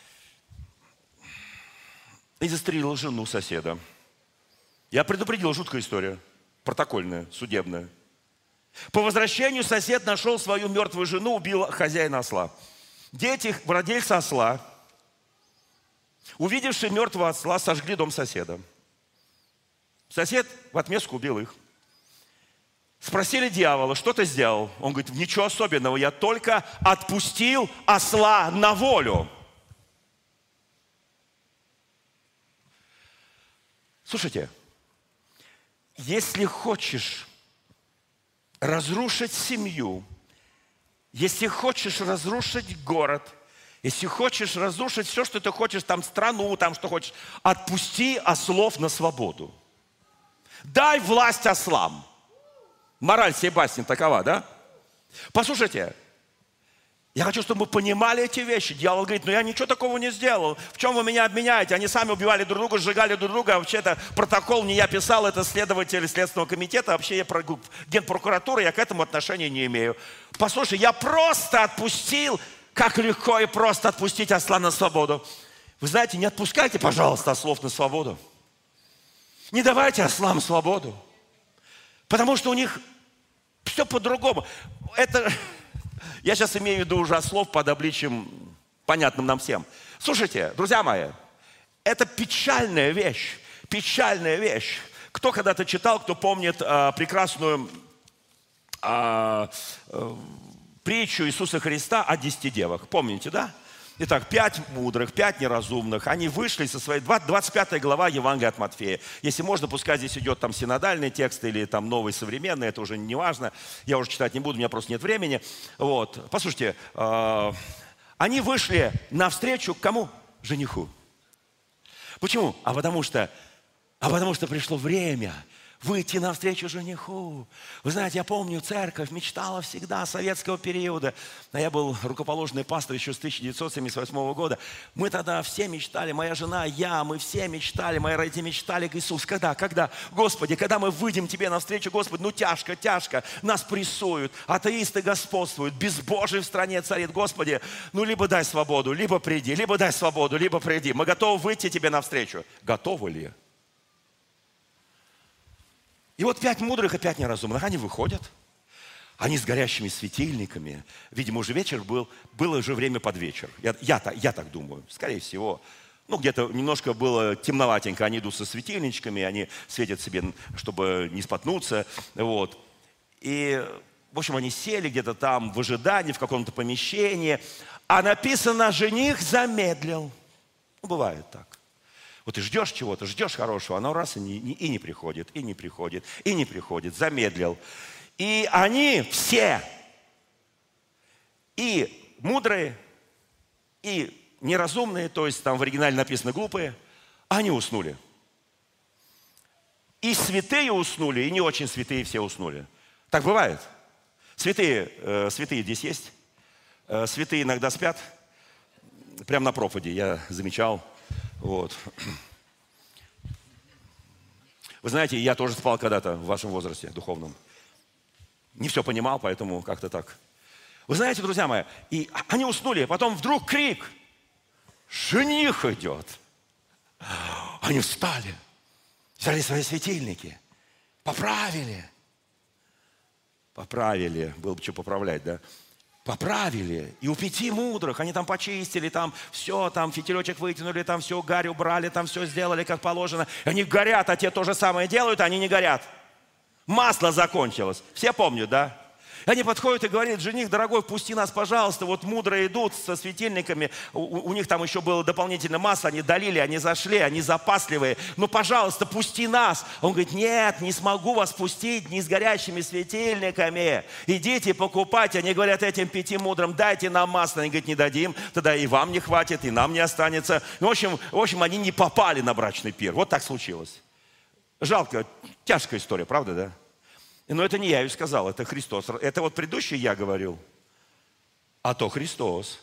и застрелил жену соседа. Я предупредил, жуткая история, протокольная, судебная. По возвращению сосед нашел свою мертвую жену, убил хозяина осла. Дети владельца осла, увидевшие мертвого осла, сожгли дом соседа. Сосед в отместку убил их. Спросили дьявола, что ты сделал? Он говорит, ничего особенного, я только отпустил осла на волю. Слушайте, если хочешь разрушить семью, если хочешь разрушить город, если хочешь разрушить все, что ты хочешь, там страну, там что хочешь, отпусти ослов на свободу. Дай власть ослам. Мораль сей басни такова, да? Послушайте, я хочу, чтобы мы понимали эти вещи. Дьявол говорит, я ничего такого не сделал. В чем вы меня обвиняете? Они сами убивали друг друга, сжигали друг друга. Вообще-то протокол не я писал, это следователь Следственного комитета. Вообще я генпрокуратура, я к этому отношения не имею. Послушай, я просто отпустил, как легко и просто отпустить осла на свободу. Вы знаете, не отпускайте, пожалуйста, ослов на свободу. Не давайте ослам свободу. Потому что у них все по-другому. Я сейчас имею в виду уже ослов под обличием, понятным нам всем. Слушайте, друзья мои, это печальная вещь. Печальная вещь. Кто когда-то читал, кто помнит прекрасную притчу Иисуса Христа о 10 девах? Помните, да? Итак, 5 мудрых, 5 неразумных. Они вышли со своей... 25 глава Евангелия от Матфея. Если можно, пускай здесь идет там синодальный текст или там новый, современный, это уже не важно. Я уже читать не буду, у меня просто нет времени. Вот. Послушайте, они вышли навстречу к кому? Жениху. Почему? Потому что пришло время выйти навстречу жениху. Вы знаете, я помню, церковь мечтала всегда советского периода. А я был рукоположенный пастор еще с 1978 года. Мы тогда все мечтали, моя жена, я, мы все мечтали, мои родители мечтали, Иисус, когда? Господи, когда мы выйдем Тебе навстречу, Господи, тяжко, нас прессуют, атеисты господствуют, безбожие в стране царит, Господи, либо дай свободу, либо приди, либо дай свободу, либо приди. Мы готовы выйти Тебе навстречу. Готовы ли? И вот 5 мудрых и 5 неразумных, они выходят, они с горящими светильниками, видимо, уже вечер был, было уже время под вечер, я так думаю, скорее всего, где-то немножко было темноватенько, они идут со светильничками, они светят себе, чтобы не споткнуться, вот, и, в общем, они сели где-то там в ожидании, в каком-то помещении, а написано, жених замедлил. Ну, бывает так. Вот ты ждешь чего-то, ждешь хорошего, оно раз и не приходит, и не приходит, и не приходит, замедлил. И они все, и мудрые, и неразумные, то есть там в оригинале написано глупые, они уснули. И святые уснули, и не очень святые все уснули. Так бывает. Святые здесь есть. Святые иногда спят. Прямо на проповеди я замечал. Вот. Вы знаете, я тоже спал когда-то в вашем возрасте духовном. Не все понимал, поэтому как-то так. Вы знаете, друзья мои, и они уснули, потом вдруг крик. Жених идет. Они встали, взяли свои светильники, поправили. Поправили, было бы что поправлять, да? Поправили. И у 5 мудрых, они там почистили, там все, там фитилечек вытянули, там все, гарь убрали, там все сделали как положено. Они горят, а те то же самое делают, а они не горят. Масло закончилось. Все помнят, да? И они подходят и говорят: жених, дорогой, впусти нас, пожалуйста. Вот мудрые идут со светильниками. У них там еще было дополнительное масло. Они долили, они зашли, они запасливые. Ну, пожалуйста, пусти нас. Он говорит: нет, не смогу вас пустить не с горящими светильниками. Идите покупать. Они говорят этим 5 мудрым: дайте нам масло. Они говорят: не дадим. Тогда и вам не хватит, и нам не останется. Ну, в общем, они не попали на брачный пир. Вот так случилось. Жалко, тяжкая история, правда, да? Но это не я ее сказал, это Христос. Это вот предыдущий я говорил, а то Христос.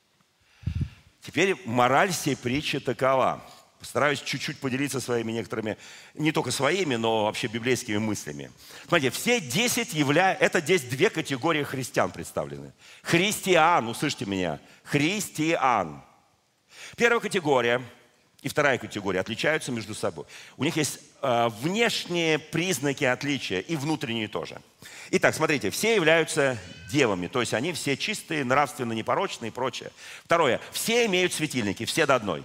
Теперь мораль сей притчи такова. Постараюсь чуть-чуть поделиться своими некоторыми, не только своими, но вообще библейскими мыслями. Смотрите, все 10 это здесь 2 категории христиан представлены. Христиан, услышьте меня, христиан. Первая категория и вторая категория отличаются между собой. У них есть внешние признаки отличия и внутренние тоже. Итак, смотрите, все являются девами, то есть они все чистые, нравственно непорочные и прочее. Второе, все имеют светильники, все до одной.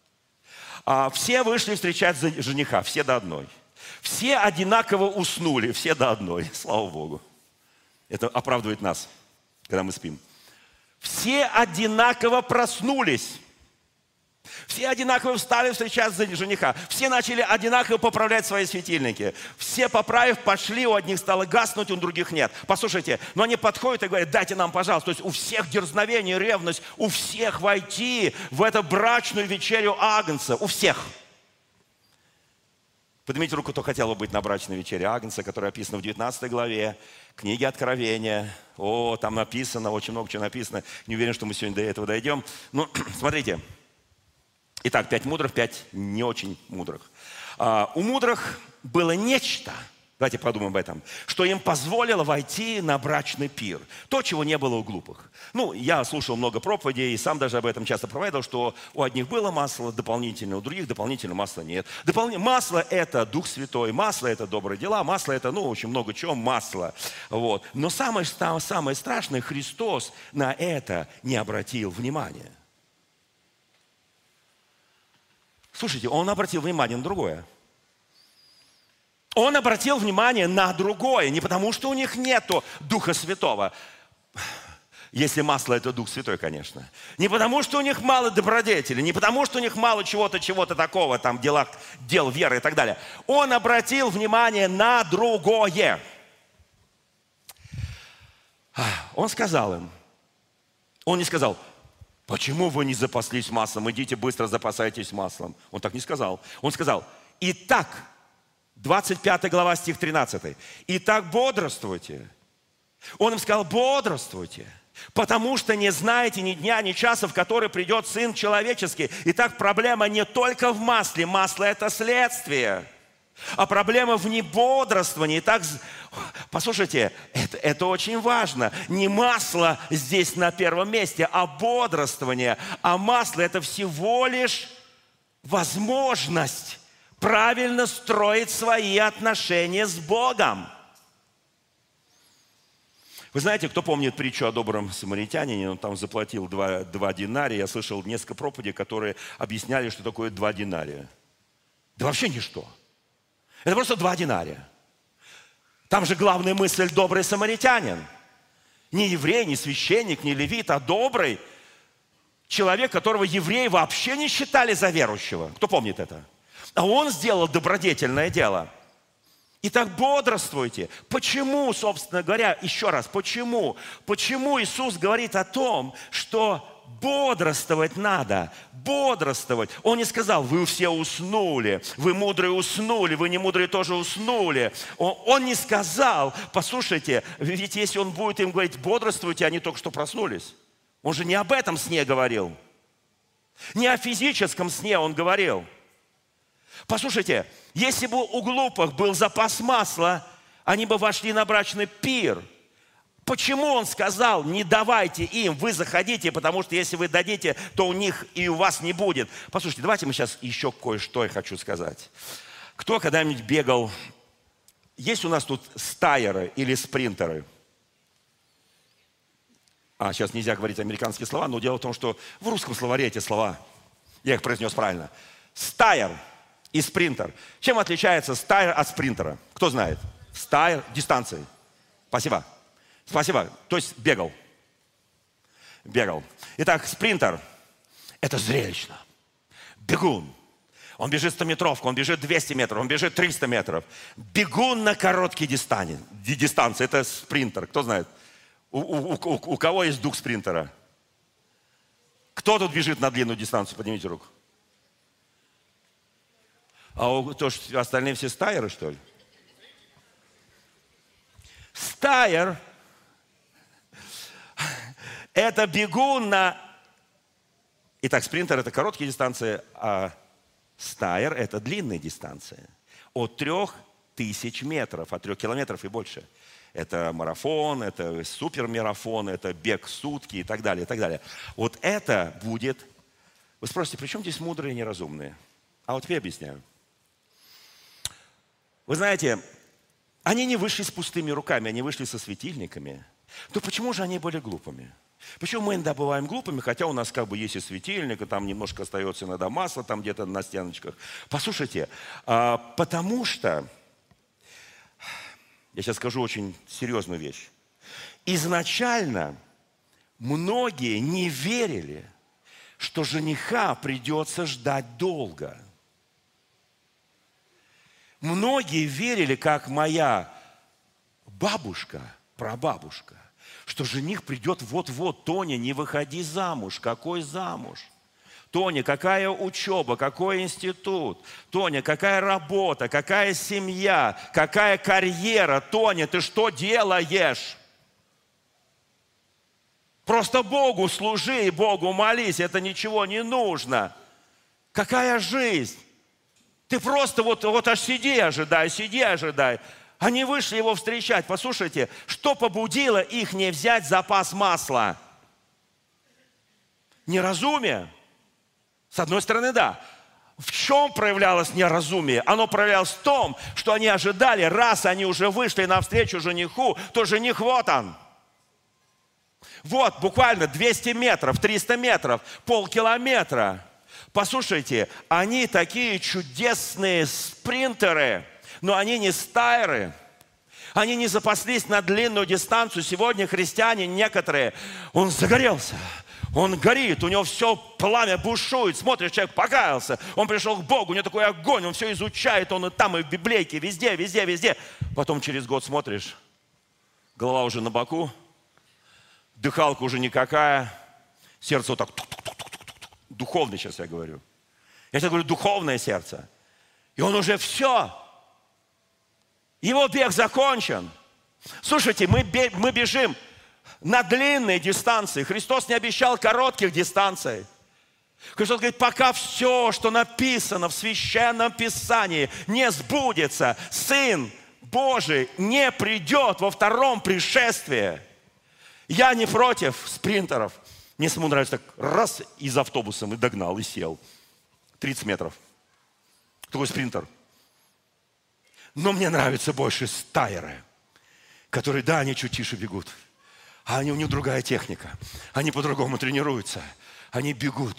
Все вышли встречать жениха, все до одной. Все одинаково уснули, все до одной, слава Богу. Это оправдывает нас, когда мы спим. Все одинаково проснулись. Все одинаково встали встречать жениха. Все начали одинаково поправлять свои светильники. Все, поправив, пошли. У одних стало гаснуть, у других нет. Послушайте, но они подходят и говорят: дайте нам, пожалуйста. То есть у всех дерзновение, ревность. У всех войти в эту брачную вечерю Агнца. У всех. Поднимите руку, кто хотел бы быть на брачной вечере Агнца, которая описана в 19 главе книги Откровения. Там написано, очень много чего написано. Не уверен, что мы сегодня до этого дойдем. Ну, смотрите. Итак, 5 мудрых, 5 не очень мудрых. У мудрых было нечто, давайте подумаем об этом, что им позволило войти на брачный пир. То, чего не было у глупых. Ну, я слушал много проповедей и сам даже об этом часто проповедовал, что у одних было масло дополнительное, у других дополнительного масла нет. Масло – это Дух Святой, масло – это добрые дела, масло – это, очень много чего, масло. Вот. Но самое страшное, Христос на это не обратил внимания. Слушайте, Он обратил внимание на другое. Он обратил внимание на другое. Не потому, что у них нету Духа Святого. Если масло – это Дух Святой, конечно. Не потому, что у них мало добродетели. Не потому, что у них мало чего-то такого, там, дел веры и так далее. Он обратил внимание на другое. Он сказал им. Он не сказал: почему вы не запаслись маслом? Идите быстро запасайтесь маслом. Он так не сказал. Он сказал: итак, 25 глава, стих 13. Итак, бодрствуйте. Он им сказал: бодрствуйте, потому что не знаете ни дня, ни часа, в который придет Сын Человеческий. Итак, проблема не только в масле. Масло – это следствие. А проблема в небодрствовании. Итак, послушайте, это очень важно. Не масло здесь на первом месте, а бодрствование. А масло – это всего лишь возможность правильно строить свои отношения с Богом. Вы знаете, кто помнит притчу о добром самаритянине? Он там заплатил 2 динария. Я слышал несколько проповедей, которые объясняли, что такое 2 динария. Да вообще ничто. Это просто 2 динария. Там же главная мысль – добрый самаритянин. Не еврей, не священник, не левит, а добрый человек, которого евреи вообще не считали за верующего. Кто помнит это? А он сделал добродетельное дело. Итак, бодрствуйте. Почему, собственно говоря, еще раз, почему? Почему Иисус говорит о том, что бодрствовать надо? Бодрствовать. Он не сказал, вы все уснули, вы мудрые уснули, вы не мудрые тоже уснули. Он не сказал, послушайте, ведь если он будет им говорить, бодрствуйте, они только что проснулись. Он же не об этом сне говорил. Не о физическом сне он говорил. Послушайте, если бы у глупых был запас масла, они бы вошли на брачный пир. Почему он сказал, не давайте им, вы заходите, потому что если вы дадите, то у них и у вас не будет. Послушайте, давайте мы сейчас еще кое-что я хочу сказать. Кто когда-нибудь бегал? Есть у нас тут стайеры или спринтеры? Сейчас нельзя говорить американские слова, но дело в том, что в русском словаре эти слова, я их произнес правильно. Стайер и спринтер. Чем отличается стайер от спринтера? Кто знает? Стайер – дистанции. Спасибо. Спасибо. То есть бегал. Бегал. Итак, спринтер – это зрелищно. Бегун. Он бежит 100-метровку, он бежит 200 метров, он бежит 300 метров. Бегун на короткие дистанции. Это спринтер. Кто знает? У кого есть дух спринтера? Кто тут бежит на длинную дистанцию? Поднимите руку. Остальные все стайеры, что ли? Стайер – это бегун на... Итак, спринтер – это короткие дистанции, а стайер – это длинные дистанции. От 3000 метров, от 3 километров и больше. Это марафон, это супермарафон, это бег в сутки и так далее, и так далее. Вот это будет... Вы спросите, при чем здесь мудрые и неразумные? А вот я объясняю. Вы знаете, они не вышли с пустыми руками, они вышли со светильниками. То почему же они были глупыми? Почему мы иногда бываем глупыми, хотя у нас как бы есть и светильник, и там немножко остается иногда масло там где-то на стеночках. Послушайте, потому что, я сейчас скажу очень серьезную вещь. Изначально многие не верили, что жениха придется ждать долго. Многие верили, как моя бабушка, прабабушка, что жених придет вот-вот. Тоня, не выходи замуж. Какой замуж? Тоня, какая учеба, какой институт? Тоня, какая работа, какая семья, какая карьера? Тоня, ты что делаешь? Просто Богу служи и Богу молись, это ничего не нужно. Какая жизнь? Ты просто вот аж сиди, ожидай. Они вышли его встречать. Послушайте, что побудило их не взять запас масла? Неразумие. С одной стороны, да. В чем проявлялось неразумие? Оно проявлялось в том, что они ожидали, раз они уже вышли навстречу жениху, то жених вот он. Вот, буквально 200 метров, 300 метров, полкилометра. Послушайте, они такие чудесные спринтеры, но они не стайеры. Они не запаслись на длинную дистанцию. Сегодня христиане некоторые, он загорелся, он горит, у него все пламя бушует. Смотришь, человек покаялся, он пришел к Богу, у него такой огонь, он все изучает, он и там, и в библейке, везде. Потом через год смотришь, голова уже на боку, дыхалка уже никакая, сердце вот так, духовное сейчас я говорю. Я тебе говорю, духовное сердце. И он уже все. Его бег закончен. Слушайте, мы бежим на длинные дистанции. Христос не обещал коротких дистанций. Христос говорит, пока все, что написано в Священном Писании, не сбудется, Сын Божий не придет во втором пришествии. Я не против спринтеров. Мне самому нравится так, раз, и за автобусом, и догнал, и сел. 30 метров. Такой спринтер. Но мне нравятся больше стайеры, которые, да, они чуть тише бегут. А у них другая техника. Они по-другому тренируются. Они бегут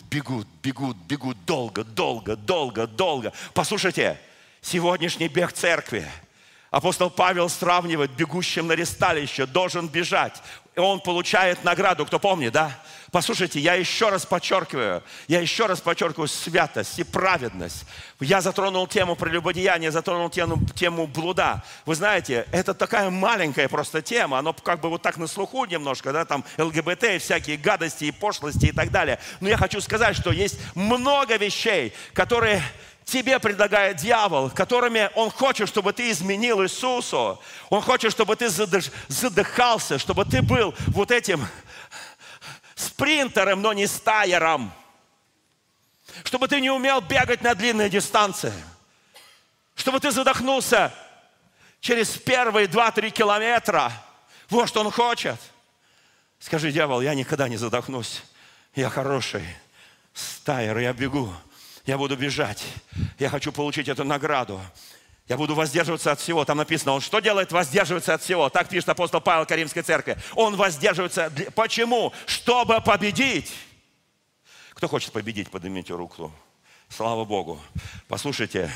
долго. Послушайте, сегодняшний бег церкви. Апостол Павел сравнивает бегущим на ресталище, должен бежать. и он получает награду. Кто помнит, да? Послушайте, я еще раз подчеркиваю святость и праведность. Я затронул тему прелюбодеяния, затронул тему блуда. Вы знаете, это такая маленькая просто тема, она как бы вот так на слуху немножко, да, там ЛГБТ, всякие гадости и пошлости и так далее. Но я хочу сказать, что есть много вещей, которые тебе предлагает дьявол, которыми он хочет, чтобы ты изменил Иисусу. Он хочет, чтобы ты задыхался, чтобы ты был вот этим спринтером, но не стайером. Чтобы ты не умел бегать на длинные дистанции. Чтобы ты задохнулся через первые 2-3 километра. Вот что он хочет. Скажи, дьявол, я никогда не задохнусь. Я хороший стайер, я бегу. Я буду бежать. Я хочу получить эту награду. Я буду воздерживаться от всего. Там написано, он что делает? Воздерживается от всего. Так пишет апостол Павел Коринфской церкви. Он воздерживается. Почему? Чтобы победить. Кто хочет победить? Поднимите руку. Слава Богу. Послушайте.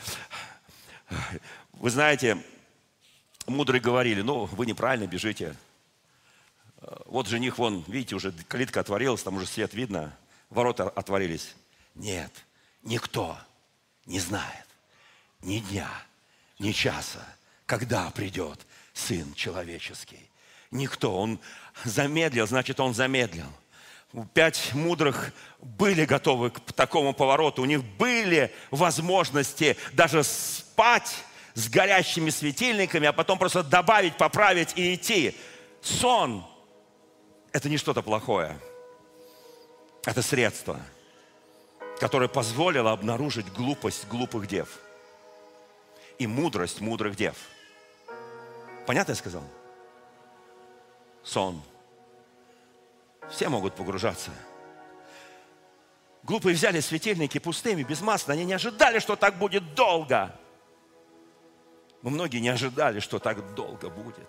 Вы знаете, мудрые говорили, вы неправильно бежите. Вот жених, вон, видите, уже калитка отворилась, там уже свет видно. Ворота отворились. Нет, никто не знает ни дня, ни часа, когда придет Сын Человеческий. Никто. Он замедлил, значит, он замедлил. 5 мудрых были готовы к такому повороту. У них были возможности даже спать с горящими светильниками, а потом просто добавить, поправить и идти. Сон – это не что-то плохое. Это средство, которое позволило обнаружить глупость глупых дев и мудрость мудрых дев. Понятно я сказал? Сон. Все могут погружаться. Глупые взяли светильники пустыми, без масла. Они не ожидали, что так будет долго. Но многие не ожидали, что так долго будет.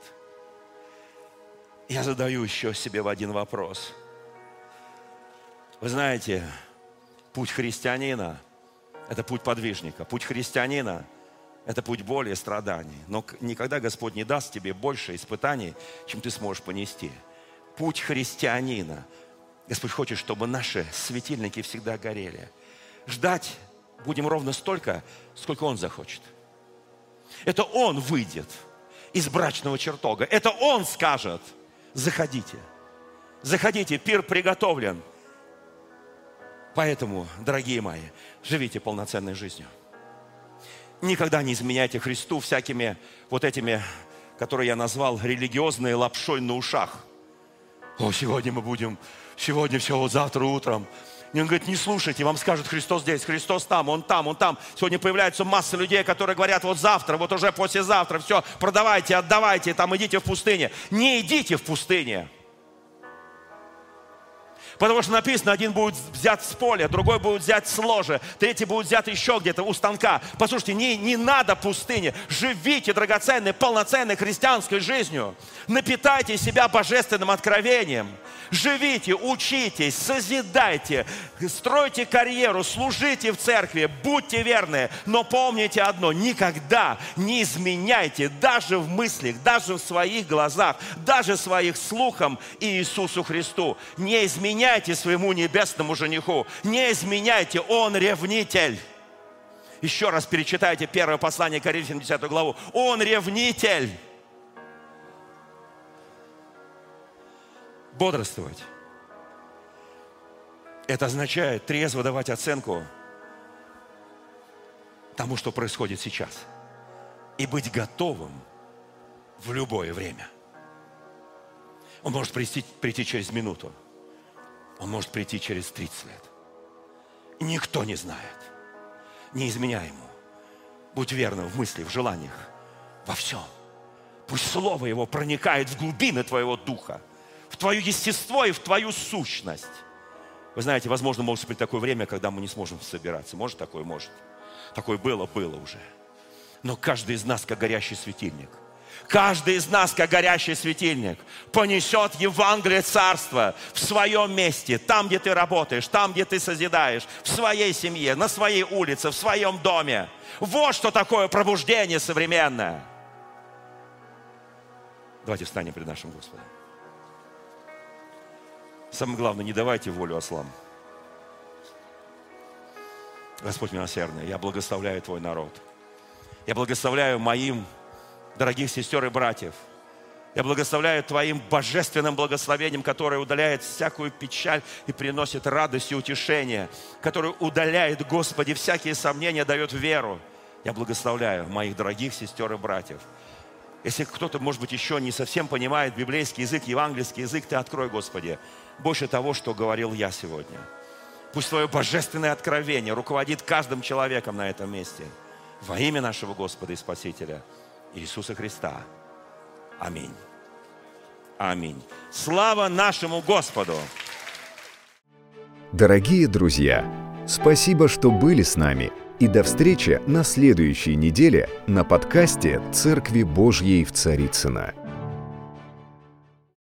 Я задаю еще себе один вопрос. Вы знаете, путь христианина – это путь подвижника. Путь христианина – это путь боли и страданий. Но никогда Господь не даст тебе больше испытаний, чем ты сможешь понести. Путь христианина. Господь хочет, чтобы наши светильники всегда горели. Ждать будем ровно столько, сколько Он захочет. Это Он выйдет из брачного чертога. Это Он скажет: заходите. Заходите, пир приготовлен. Поэтому, дорогие мои, живите полноценной жизнью. Никогда не изменяйте Христу всякими вот этими, которые я назвал, религиозной лапшой на ушах. Сегодня мы будем, сегодня все, вот завтра утром. И он говорит, не слушайте, вам скажут, Христос здесь, Христос там, Он там, Он там. Сегодня появляется масса людей, которые говорят, вот завтра, вот уже послезавтра, все, продавайте, отдавайте, там идите в пустыне. Не идите в пустыне. Потому что написано, один будет взят с поля, другой будет взят с ложа, третий будет взят еще где-то у станка. Послушайте, не надо пустыне. Живите драгоценной, полноценной христианской жизнью. Напитайте себя божественным откровением. Живите, учитесь, созидайте, стройте карьеру, служите в церкви, будьте верны. Но помните одно, никогда не изменяйте даже в мыслях, даже в своих глазах, даже своих слухам Иисусу Христу. Не изменяйте своему небесному жениху, не изменяйте, Он ревнитель. Еще раз перечитайте первое послание Коринфянам, 10 главу. Он ревнитель. Бодрствовать. Это означает трезво давать оценку тому, что происходит сейчас. И быть готовым в любое время. Он может прийти через минуту. Он может прийти через 30 лет. Никто не знает. Не изменяй ему. Будь верным в мыслях, в желаниях, во всем. Пусть Слово Его проникает в глубины твоего духа, в твое естество и в твою сущность. Вы знаете, возможно, может быть такое время, когда мы не сможем собираться. Может такое? Может. Такое было уже. Но каждый из нас, как горящий светильник, каждый из нас, как горящий светильник, понесет Евангелие Царства в своем месте, там, где ты работаешь, там, где ты созидаешь, в своей семье, на своей улице, в своем доме. Вот что такое пробуждение современное. Давайте встанем пред нашим Господом. Самое главное, не давайте волю ослам. Господь милосердный, я благословляю Твой народ. Я благословляю моим дорогих сестер и братьев. Я благословляю Твоим божественным благословением, которое удаляет всякую печаль и приносит радость и утешение, которое удаляет, Господи, всякие сомнения, дает веру. Я благословляю моих дорогих сестер и братьев. Если кто-то, может быть, еще не совсем понимает библейский язык, евангельский язык, Ты открой, Господи, больше того, что говорил я сегодня. Пусть Твое божественное откровение руководит каждым человеком на этом месте. Во имя нашего Господа и Спасителя Иисуса Христа. Аминь. Аминь. Слава нашему Господу! Дорогие друзья, спасибо, что были с нами. И до встречи на следующей неделе на подкасте «Церкви Божьей в Царицыно».